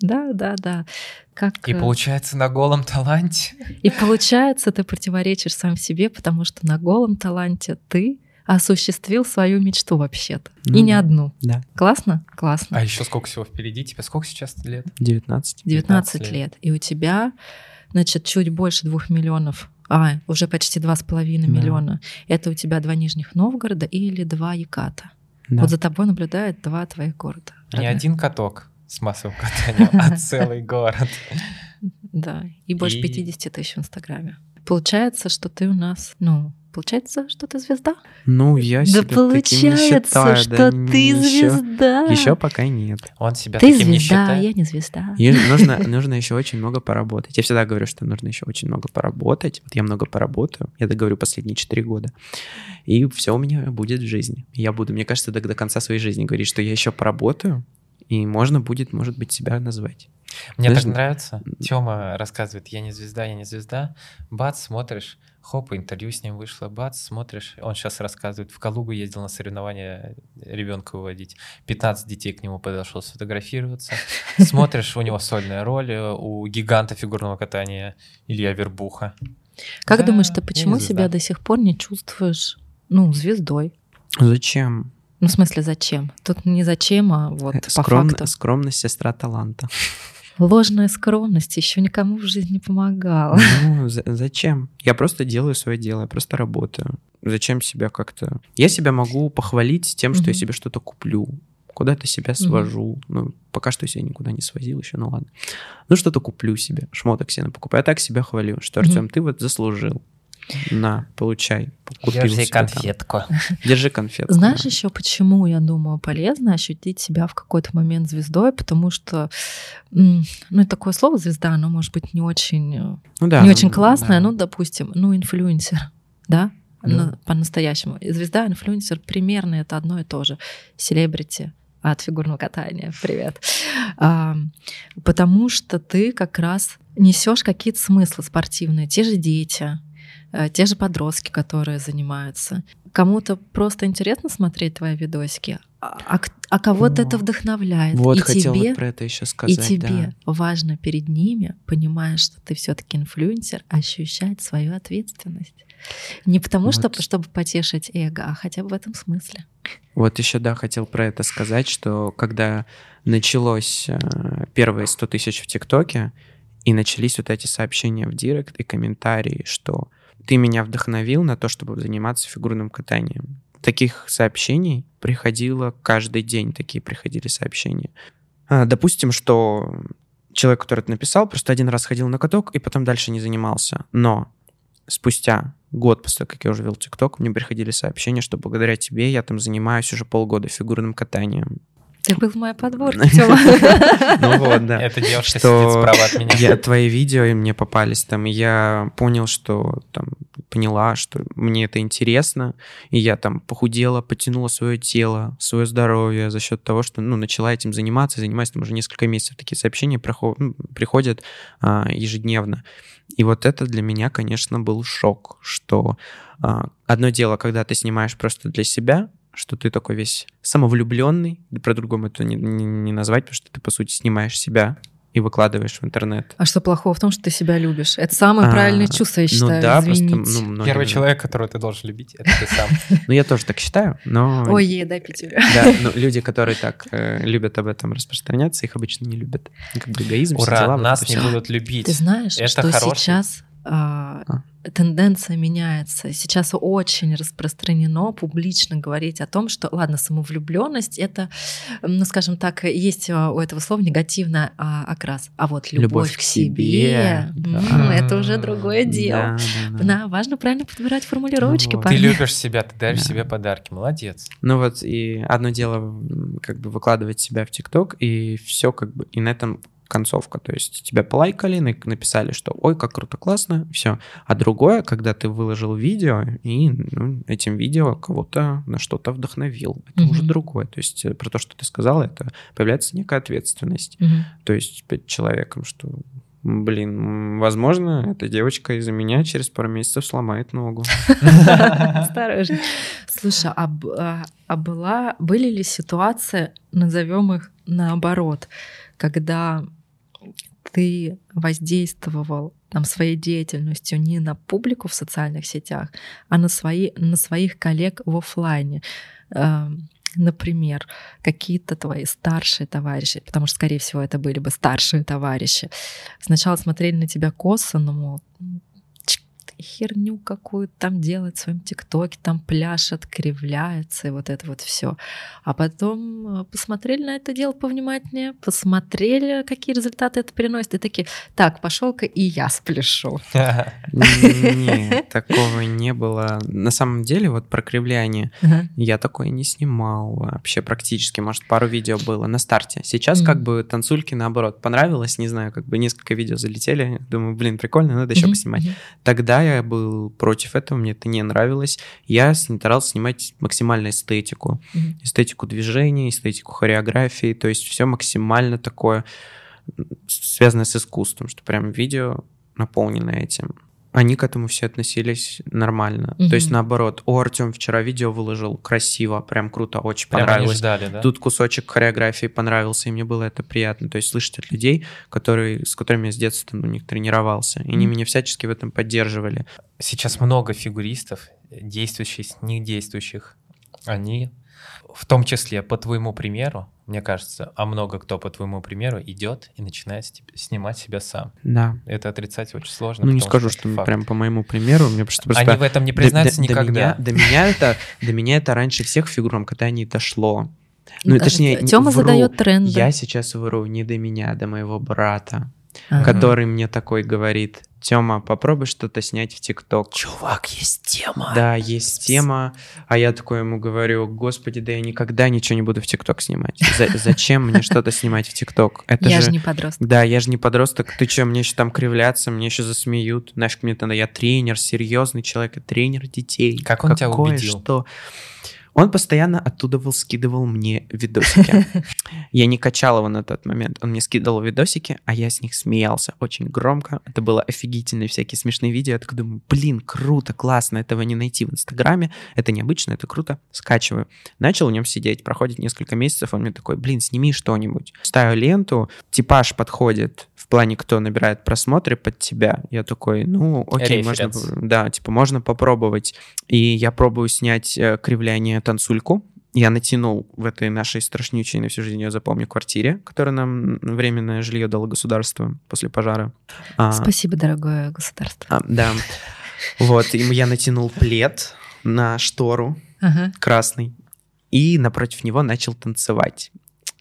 Да. И получается на голом таланте. И получается, ты противоречишь сам себе, потому что на голом таланте ты осуществил свою мечту вообще-то. И не одну. Да. Классно? Классно. А еще сколько всего впереди? Тебе сколько сейчас лет? 19. 19 лет. И у тебя, значит, чуть больше 2 миллионов. Уже почти 2,5 миллиона. Это у тебя 2 Нижних Новгорода или 2 Еката. Да. Вот за тобой наблюдает 2 твоих города. Не один каток с массовым катанием, а целый город. Да, и больше 50 тысяч в Инстаграме. Получается, что ты у нас, получается, что ты звезда? Я себя таким не считаю. Что ты звезда. Еще пока нет. Он себя ты таким звезда, не считает. Я не звезда. Нужно еще очень много поработать. Я всегда говорю, что нужно еще очень много поработать. Вот я много поработаю. Я это говорю последние 4 года. И все у меня будет в жизни. Я буду, мне кажется, до конца своей жизни говорить, что я еще поработаю, и можно будет, может быть, себя назвать. Мне так нравится. Тёма рассказывает, я не звезда. Бац, смотришь, хоп, интервью с ним вышло, бац, смотришь. Он сейчас рассказывает, в Калугу ездил на соревнования ребенка выводить. 15 детей к нему подошел сфотографироваться. Смотришь, у него сольная роль, у гиганта фигурного катания Илья Вербуха. Как думаешь, ты почему себя до сих пор не чувствуешь, звездой? Зачем? В смысле, зачем? Тут не зачем, а вот по факту. Скромность — сестра таланта. Ложная скромность еще никому в жизни не помогала. Зачем? Я просто делаю свое дело, я просто работаю. Зачем себя как-то... Я себя могу похвалить тем, что я себе что-то куплю, куда-то себя свожу. Пока что я себя никуда не свозил еще, ладно. Что-то куплю себе, шмоток себе покупаю. Я так себя хвалю, что, Артём, ты вот заслужил. На, получай. Держи конфетку. Держи конфетку. Знаешь еще, почему, я думаю, полезно ощутить себя в какой-то момент звездой? Потому что, такое слово «звезда», оно может быть не очень, не очень классное, допустим, инфлюенсер, да? По-настоящему. Звезда, инфлюенсер, примерно это одно и то же. Селебрити от фигурного катания. Привет. Потому что ты как раз несешь какие-то смыслы спортивные. Те же дети, те же подростки, которые занимаются. Кому-то просто интересно смотреть твои видосики, а кого-то это вдохновляет. Вот, хотел вот про это еще сказать. И тебе важно перед ними, понимая, что ты все-таки инфлюенсер, ощущать свою ответственность. Не потому, чтобы потешить эго, а хотя бы в этом смысле. Вот еще, хотел про это сказать, что когда началось первые 100 тысяч в ТикТоке, и начались вот эти сообщения в директ и комментарии, что ты меня вдохновил на то, чтобы заниматься фигурным катанием. Таких сообщений приходило каждый день, такие приходили сообщения. Допустим, что человек, который это написал, просто один раз ходил на каток и потом дальше не занимался. Но спустя год после того, как я уже вел ТикТок, мне приходили сообщения, что благодаря тебе я там занимаюсь уже полгода фигурным катанием. Ты был в моей подборке, Тёма. Да. Эта девушка сидит справа от меня. Твои видео и мне попались там, и я понял, что поняла, что мне это интересно, и я похудела, потянула свое тело, свое здоровье за счет того, что начала этим заниматься, занимаюсь там уже несколько месяцев. Такие сообщения приходят ежедневно. И вот это для меня, конечно, был шок, что одно дело, когда ты снимаешь просто для себя, что ты такой весь самовлюбленный, по-другому это не назвать, потому что ты, по сути, снимаешь себя и выкладываешь в интернет. А что плохого в том, что ты себя любишь? Это самое правильное чувство, я считаю, извините. Просто, Первый человек, которого ты должен любить, это ты сам. Я тоже так считаю, но... Ой, дай пятюрю. Да, но люди, которые так любят об этом распространяться, их обычно не любят. Как бы эгоизм, Ура, нас не будут любить. Ты знаешь, что сейчас тенденция меняется. Сейчас очень распространено публично говорить о том, что, ладно, самовлюбленность — это, ну, скажем так, есть у этого слова негативный окрас. А вот любовь к себе это уже другое дело. Да, важно правильно подбирать формулировочки. Ты любишь себя, ты даришь себе подарки. Молодец. Ну вот, и одно дело как бы выкладывать себя в ТикТок, и все как бы, и на этом концовка, то есть тебя полайкали, написали, что ой, как круто, классно, все. А другое, когда ты выложил видео, и этим видео кого-то на что-то вдохновил. Это уже другое. То есть про то, что ты сказала, это появляется некая ответственность. То есть перед человеком, что, блин, возможно, эта девочка из-за меня через пару месяцев сломает ногу. Осторожно. Слушай, были ли ситуации, назовем их наоборот, когда ты воздействовал там своей деятельностью не на публику в социальных сетях, а на своих коллег в офлайне? Например, какие-то твои старшие товарищи, потому что, скорее всего, это были бы старшие товарищи, сначала смотрели на тебя косо, но, мол, херню какую-то там делает в своем ТикТоке, там пляшет, кривляется, и вот это вот все. А потом посмотрели на это дело повнимательнее, посмотрели, какие результаты это приносит, и такие, так, пошел-ка и я спляшу. Нет, такого не было. На самом деле, вот про кривляние я такое не снимал вообще практически. Может, пару видео было на старте. Сейчас как бы танцульки, наоборот, понравилось, не знаю, как бы несколько видео залетели. Думаю, блин, прикольно, надо еще поснимать. Тогда я был против этого, мне это не нравилось. Я старался снимать максимально эстетику. Эстетику движений, эстетику хореографии. То есть все максимально такое связанное с искусством, что прям видео наполнено этим. Они к этому все относились нормально. То есть наоборот, Артём вчера видео выложил красиво, прям круто, очень прям понравилось. Ждали, да? Тут кусочек хореографии понравился, и мне было это приятно. То есть слышать от людей, с которыми я с детства у них тренировался. И они меня всячески в этом поддерживали. Сейчас много фигуристов, действующих, не действующих. Они, в том числе по твоему примеру, мне кажется, а много кто по твоему примеру идет и начинает снимать себя сам. Да. Это отрицать очень сложно. Ну, не скажу, что прям по моему примеру. Мне просто они в этом не признаются никогда. До меня это раньше всех в фигурном катании дошло. Ну, точнее, Тёма задает тренды. Я сейчас вру не до меня, а до моего брата, который мне такой говорит: Тёма, попробуй что-то снять в ТикТок. Чувак, есть тема. Да, есть тема. А я такой ему говорю: господи, да я никогда ничего не буду в ТикТок снимать. Зачем мне что-то снимать в ТикТок? Я же не подросток. Да, я же не подросток. Ты что, мне еще там кривляться, мне еще засмеют. Знаешь, мне тогда я тренер, серьезный человек, тренер детей. Как он тебя убедил? Что? Он постоянно оттуда скидывал мне видосики. Я не качал его на тот момент. Он мне скидывал видосики, а я с них смеялся очень громко. Это было офигительные всякие смешные видео. Я такой думаю, блин, круто, классно. Этого не найти в Инстаграме. Это необычно, это круто. Скачиваю. Начал в нем сидеть. Проходит несколько месяцев. Он мне такой: блин, сними что-нибудь. Ставлю ленту. Типаж подходит в плане, кто набирает просмотры под тебя. Я такой, ну, окей, можно, да, типа, можно попробовать. И я пробую снять кривляние танцульку. Я натянул в этой нашей страшнючей, на всю жизнь я запомню, квартире, которую нам временное жилье дало государство после пожара. Спасибо, дорогое государство. Да. Вот, и я натянул плед на штору красный и напротив него начал танцевать.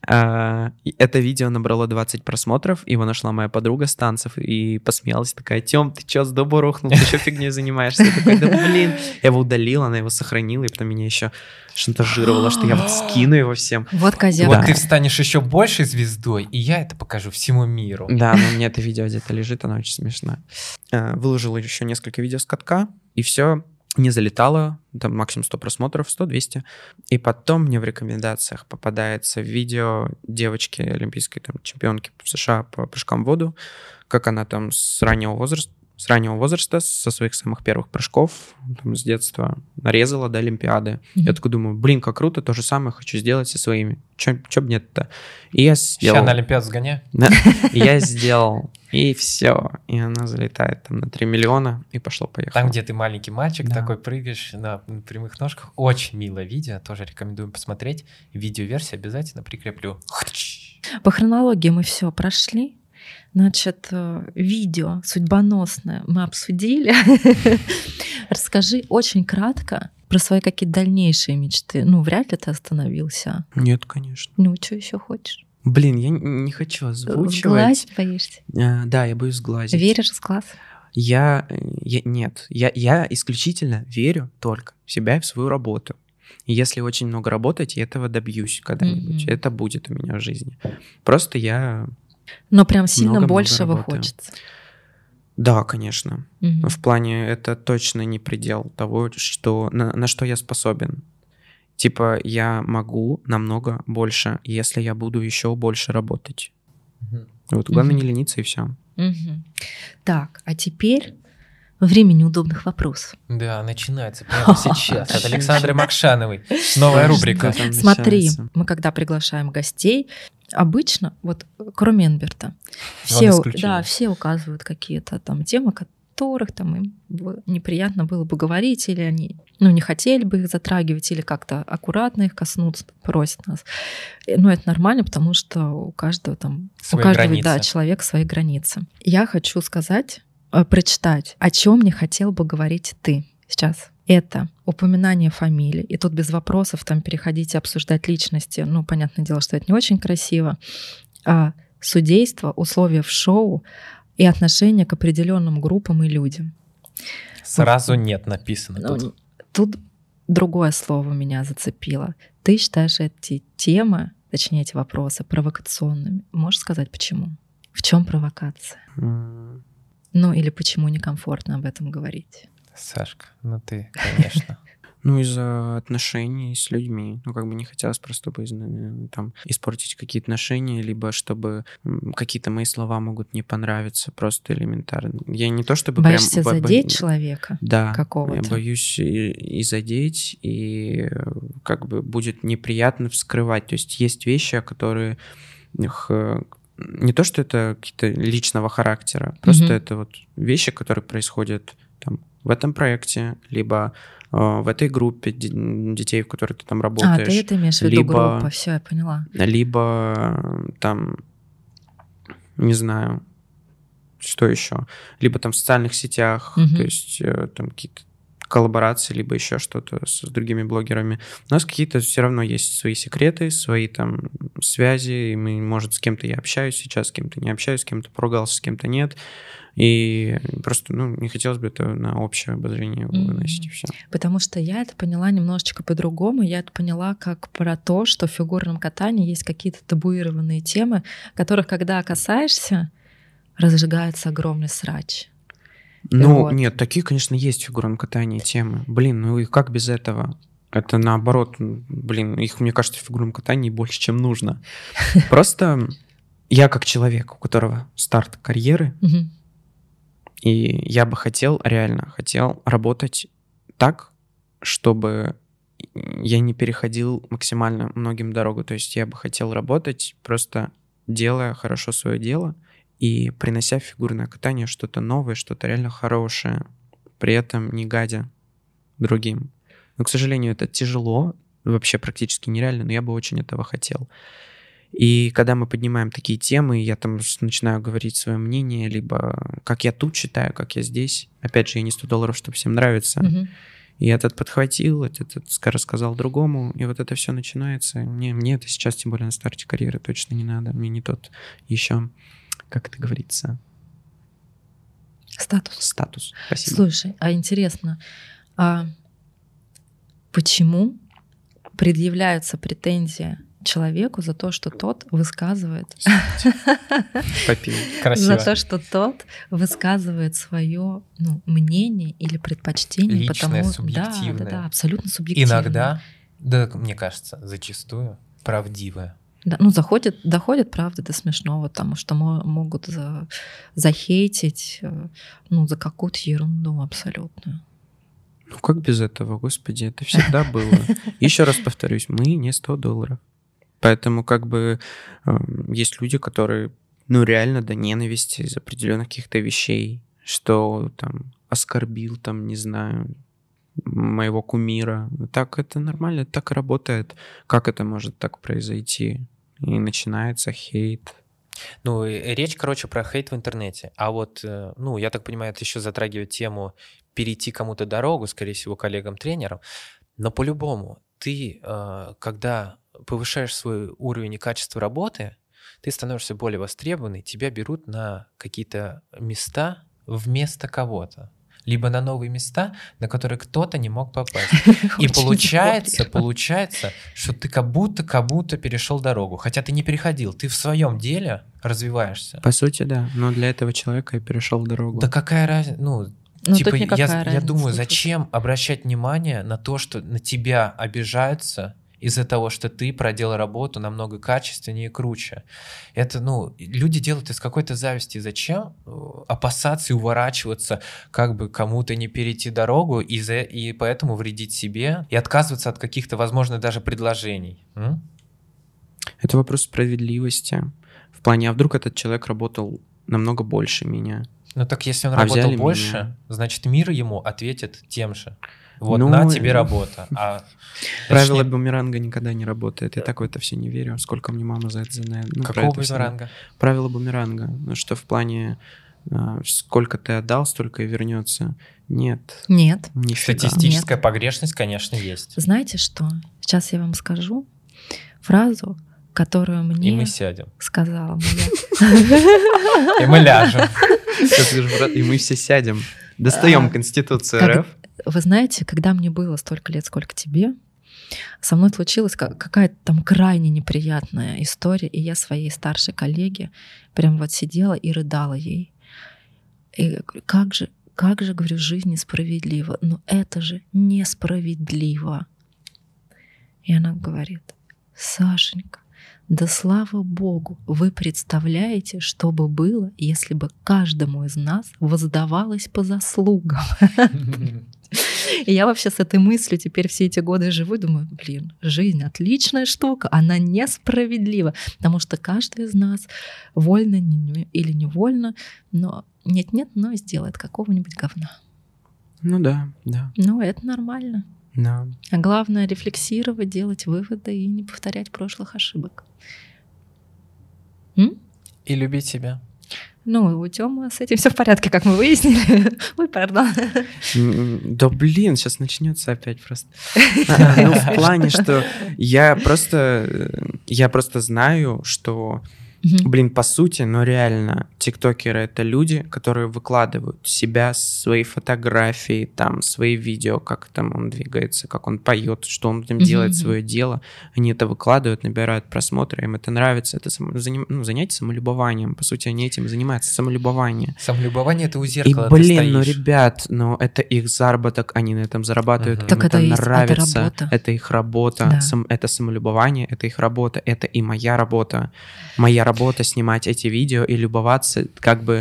Это видео набрало 20 просмотров, его нашла моя подруга с танцев и посмеялась, такая: Тём, ты чё, с дуба рухнул, ты ещё фигней занимаешься? Я такой: да блин. Я его удалил, она его сохранила, и потом меня еще шантажировала, что я вот скину его всем. Вот козяк. Вот ты станешь еще большей звездой, и я это покажу всему миру. Да, но у меня это видео где-то лежит, оно очень смешно. Выложил еще несколько видео с катка, и все. Не залетало, там максимум 100 просмотров, 100-200. И потом мне в рекомендациях попадается видео девочки, олимпийской там, чемпионки США по прыжкам в воду, как она там с раннего возраста, со своих самых первых прыжков, там, с детства, нарезала до Олимпиады. Я такой думаю, блин, как круто, то же самое хочу сделать со своими. Чё б нет-то? И я сделал. Сейчас на Олимпиаду сгоняю. Да, я сделал. И все. И она залетает там на 3 миллиона, и пошло-поехало. Там, где ты маленький мальчик, такой прыгаешь на прямых ножках. Очень милое видео, тоже рекомендуем посмотреть. Видеоверсию обязательно прикреплю. По хронологии мы все прошли. Значит, видео судьбоносное мы обсудили. Расскажи очень кратко про свои какие-то дальнейшие мечты. Ну, вряд ли ты остановился. Нет, конечно. Ну, что еще хочешь? Блин, я не хочу озвучивать. Сглазить боишься? Да, я боюсь сглазить. Веришь в сглаз? Нет, я исключительно верю только в себя и в свою работу. И если очень много работать, я этого добьюсь когда-нибудь. Это будет у меня в жизни. Просто я... Но прям сильно много большего работаю. хочется. Да, конечно. В плане это точно не предел того, на что я способен. Типа я могу намного больше, если я буду еще больше работать. Вот главное не лениться и все. Так, а теперь время неудобных вопросов. Да, начинается прямо сейчас от Александры Макшановой. Новая рубрика. Смотри, мы когда приглашаем гостей, обычно, вот кроме Энберта, все указывают какие-то там темы, которых там им неприятно было бы говорить, или они не хотели бы их затрагивать, или как-то аккуратно их коснуться, просят нас. Но это нормально, потому что у каждого человека свои границы. Я хочу прочитать, о чем не хотел бы говорить ты сейчас. Это упоминание фамилии, и тут без вопросов там переходить и обсуждать личности. Ну, понятное дело, что это не очень красиво. Судейство, условия в шоу и отношение к определенным группам и людям. Сразу нет написано тут. Тут другое слово меня зацепило. Ты считаешь эти темы, точнее эти вопросы, провокационными. Можешь сказать, почему? В чем провокация? Ну или почему некомфортно об этом говорить? Сашка, ты, конечно. Из-за отношений с людьми. Не хотелось просто испортить какие-то отношения, либо чтобы какие-то мои слова могут не понравиться, просто элементарно. Я не то чтобы боишься задеть человека? Да, какого-то? Я боюсь и задеть, и будет неприятно вскрывать. То есть вещи, которые не то, что это какие-то личного характера, просто это вещи, которые происходят в этом проекте, либо в этой группе детей, в которой ты там работаешь. Ты это имеешь в виду, группа, все, я поняла. Либо не знаю, что еще. Либо в социальных сетях, то есть какие-то коллаборации, либо еще что-то с другими блогерами. У нас какие-то все равно есть свои секреты, свои связи, и может, с кем-то я общаюсь сейчас, с кем-то не общаюсь, с кем-то поругался, с кем-то нет. И просто, не хотелось бы это на общее обозрение выносить, и все. Потому что я это поняла немножечко по-другому. Я это поняла как про то, что в фигурном катании есть какие-то табуированные темы, которых, когда касаешься, разжигается огромный срач. Нет, такие, конечно, есть в фигурном катании темы. И как без этого? Это наоборот, их, мне кажется, в фигурном катании больше, чем нужно. Просто я как человек, у которого старт карьеры, и я бы реально хотел работать так, чтобы я не переходил максимально многим дорогу. То есть я бы хотел работать, просто делая хорошо свое дело и принося в фигурное катание что-то новое, что-то реально хорошее, при этом не гадя другим. Но, к сожалению, это тяжело, вообще практически нереально, но я бы очень этого хотел. И когда мы поднимаем такие темы, я начинаю говорить свое мнение, либо как я тут читаю, как я здесь. Опять же, я не $100, чтобы всем нравится. И этот подхватил, этот рассказал другому, и это все начинается. Мне это сейчас, тем более на старте карьеры, точно не надо. Мне не тот еще, как это говорится... Статус. Спасибо. Слушай, интересно, почему предъявляются претензии человеку за то, что тот высказывает... За то, что тот высказывает свое мнение или предпочтение. Личное, субъективное. Да, абсолютно субъективное. Иногда, мне кажется, зачастую правдивое. Да, доходит, правда, до смешного, потому что могут захейтить, за какую-то ерунду абсолютную. Как без этого, господи, это всегда было. Еще раз повторюсь, мы не $100. Поэтому есть люди, которые, реально до ненависти из определенных каких-то вещей, что оскорбил, не знаю, моего кумира. Так это нормально, так и работает. Как это может так произойти? И начинается хейт. Ну, речь, короче, про хейт в интернете. А вот, ну, я так понимаю, это еще затрагивает тему перейти кому-то дорогу, скорее всего, коллегам-тренерам. Но по-любому, ты, когда повышаешь свой уровень и качество работы, ты становишься более востребованный, тебя берут на какие-то места вместо кого-то. Либо на новые места, на которые кто-то не мог попасть. И получается, что ты как будто перешел дорогу. Хотя ты не переходил, ты в своем деле развиваешься. По сути, да. Но для этого человека я перешел дорогу. Да какая разница? Ну, тут никакая я разница думаю, тут. зачем обращать внимание на то, что на тебя обижаются из-за того, что ты проделал работу намного качественнее и круче. Это, ну, люди делают из какой-то зависти. Зачем опасаться и уворачиваться, как бы кому-то не перейти дорогу и поэтому вредить себе и отказываться от каких-то, возможно, даже предложений? Это вопрос справедливости. В плане, а вдруг этот человек работал намного больше меня? Ну так если он работал больше, меня. Значит, мир ему ответит тем же. Вот Ну, на тебе работа. Правило бумеранга никогда не работает. Я так в это все не верю. Сколько мне мама за это знает. Ну, какого бумеранга? Правило бумеранга. Ну, что в плане сколько ты отдал, столько и вернется. Нет. Нет. Нифига. Статистическая погрешность, конечно, есть. Знаете что? Сейчас я вам скажу фразу, которую мне и мы сядем. Сказала моя. И мы ляжем. И мы все сядем. Достаем Конституцию РФ. Вы знаете, когда мне было столько лет, сколько тебе, со мной случилась какая-то там крайне неприятная история, и я своей старшей коллеге прям вот сидела и рыдала ей. И я говорю, как же, говорю, жизнь несправедлива. Но это же несправедливо. И она говорит, Сашенька, да слава Богу, вы представляете, что бы было, если бы каждому из нас воздавалось по заслугам. И я вообще с этой мыслью теперь все эти годы живу и думаю, блин, жизнь отличная штука, она несправедлива, потому что каждый из нас вольно или невольно, но нет-нет, но сделает какого-нибудь говна. Ну да. Ну это нормально. Да. А главное рефлексировать, делать выводы и не повторять прошлых ошибок. И любить себя. Ну, у Тёмы с этим все в порядке, как мы выяснили. Ой, пардон. Да блин, сейчас начнется опять просто. Ну, в плане, что я просто знаю, что, блин, по сути, но реально, тиктокеры — это люди, которые выкладывают себя, свои фотографии, там, свои видео, как там он двигается, как он поет, что он там делает свое дело. Они это выкладывают, набирают просмотры, им это нравится. Это занятие самолюбованием. По сути, они этим занимаются, самолюбование. Самолюбование — это у зеркала. И, блин, ну, ребят, ну, это их заработок, они на этом зарабатывают, им это нравится, это их работа, да. Это самолюбование, это их работа, это и моя работа. Моя работа снимать эти видео и любоваться, как бы,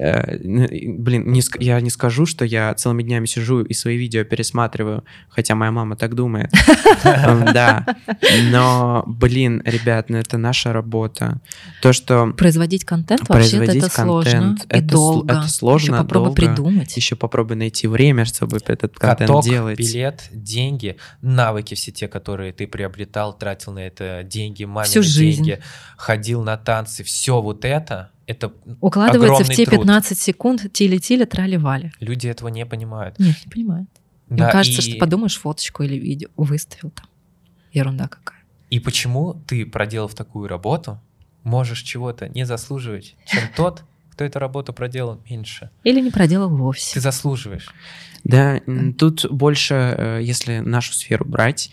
блин, я не скажу, что я целыми днями сижу и свои видео пересматриваю, хотя моя мама так думает, да, но, блин, ребят, ну это наша работа. То, что... Производить контент вообще-то это сложно и долго. Это сложно, еще попробуй придумать. Еще попробуй найти время, чтобы этот контент делать. Билет, деньги, навыки все те, которые ты приобретал, тратил на это деньги, мамины деньги, ходил на танцы, все вот это укладывается в те труд. 15 секунд тили-тили, трали-вали. Люди этого не понимают. Нет, не понимают. Да, им кажется, что подумаешь, фоточку или видео выставил там. Ерунда какая. И почему ты, проделав такую работу, можешь чего-то не заслуживать, чем тот, кто эту работу проделал меньше? Или не проделал вовсе. Ты заслуживаешь. Да, тут больше, если нашу сферу брать,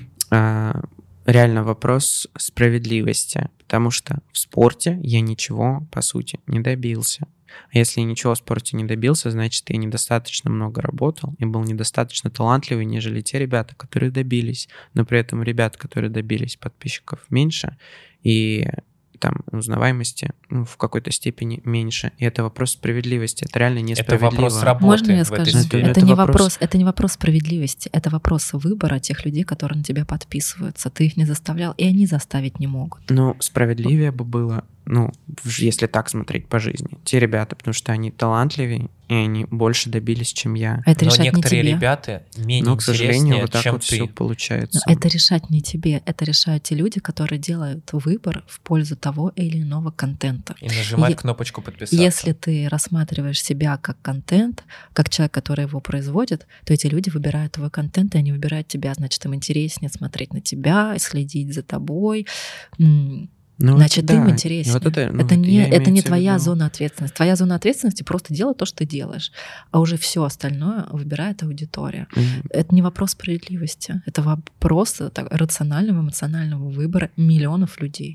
реально вопрос справедливости, потому что в спорте я ничего, по сути, не добился. А если я ничего в спорте не добился, значит, я недостаточно много работал и был недостаточно талантливый, нежели те ребята, которые добились. Но при этом ребят, которые добились, подписчиков меньше, и там узнаваемости в какой-то степени меньше. И это вопрос справедливости. Это реально несправедливо. Это вопрос работы. Можно я скажу? Это не вопрос справедливости. Это вопрос выбора тех людей, которые на тебя подписываются. Ты их не заставлял, и они заставить не могут. Ну, справедливее бы было, если так смотреть по жизни. Те ребята, потому что они талантливее, и они больше добились, чем я. Это Но решать некоторые не тебе. ребята менее Но, к сожалению, интереснее, вот так чем вот ты. все получается. Но это решать не тебе, это решают те люди, которые делают выбор в пользу того или иного контента. И нажимать Е- кнопочку подписаться. Если ты рассматриваешь себя как контент, как человек, который его производит, то эти люди выбирают твой контент, и они выбирают тебя, значит, им интереснее смотреть на тебя, следить за тобой. Значит, это им да. интереснее. Вот это я не имею твоя в виду. зона ответственности. Твоя зона ответственности просто делать то, что ты делаешь, а уже все остальное выбирает аудитория. Это не вопрос справедливости, это вопрос рационального, эмоционального выбора миллионов людей.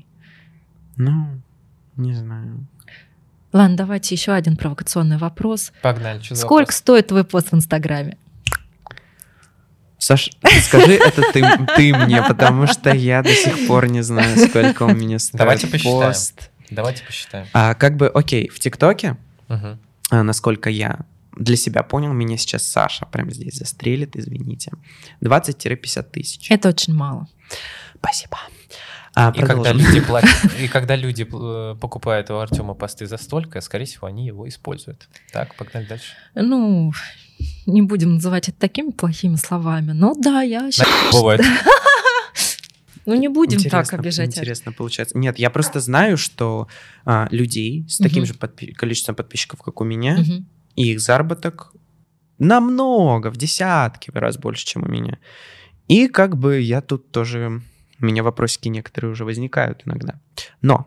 Не знаю. Ладно, давайте еще один провокационный вопрос. Погнали. Что за Сколько вопрос? стоит твой пост в Инстаграме? Саш, скажи это ты мне, потому что я до сих пор не знаю, сколько у меня стоит Давайте посчитаем. пост. Давайте посчитаем. Окей, в ТикТоке, Мгм. насколько я для себя понял, меня сейчас Саша прямо здесь застрелит, извините. 20-50 тысяч. Это очень мало. Спасибо. И когда Продолжим. люди платят, и когда люди покупают у Артема посты за столько, скорее всего, они его используют. Так, погнали дальше. Ну, не будем называть это такими плохими словами, но да, я считаю, Бывает. ну не будем так Интересно, обижать. Интересно получается. Нет, я просто знаю, что людей с таким же количеством подписчиков, как у меня, Мгм. и их заработок намного, в десятки раз больше, чем у меня. И как бы я тут тоже... У меня вопросики некоторые уже возникают иногда. Но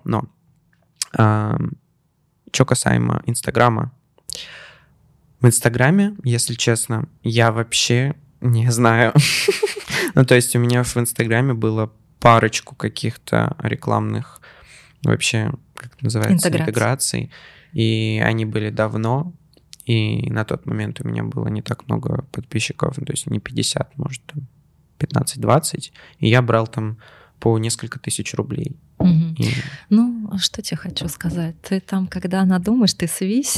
что касаемо Инстаграма. В Инстаграме, если честно, я вообще не знаю. Ну, то есть у меня в Инстаграме было парочку каких-то рекламных вообще, как это называется, интеграций. И они были давно. И на тот момент у меня было не так много подписчиков, то есть не 50, может, там 15-20. И я брал там по несколько тысяч рублей. Мгм. И Ну, а что тебе хочу сказать? Ты там, когда надумаешь, ты свись.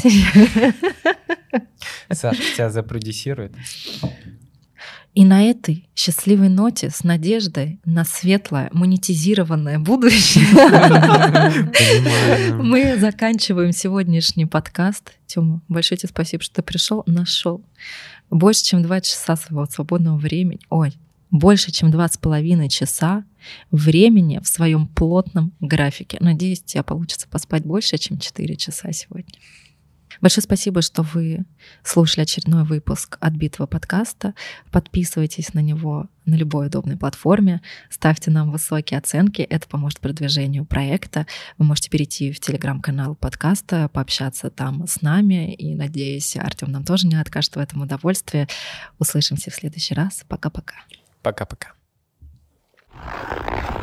Саша тебя запродюсирует. И на этой счастливой ноте с надеждой на светлое, монетизированное будущее понимаю. мы заканчиваем сегодняшний подкаст. Тёма, большое тебе спасибо, что ты пришел, нашел больше, чем 2 часа своего свободного времени. Больше, чем 2,5 часа времени в своем плотном графике. Надеюсь, у тебя получится поспать больше, чем 4 часа сегодня. Большое спасибо, что вы слушали очередной выпуск «Отбитого подкаста». Подписывайтесь на него на любой удобной платформе, ставьте нам высокие оценки, это поможет продвижению проекта. Вы можете перейти в телеграм-канал подкаста, пообщаться там с нами, и, надеюсь, Артём нам тоже не откажет в этом удовольствии. Услышимся в следующий раз. Пока-пока. Пока-пока.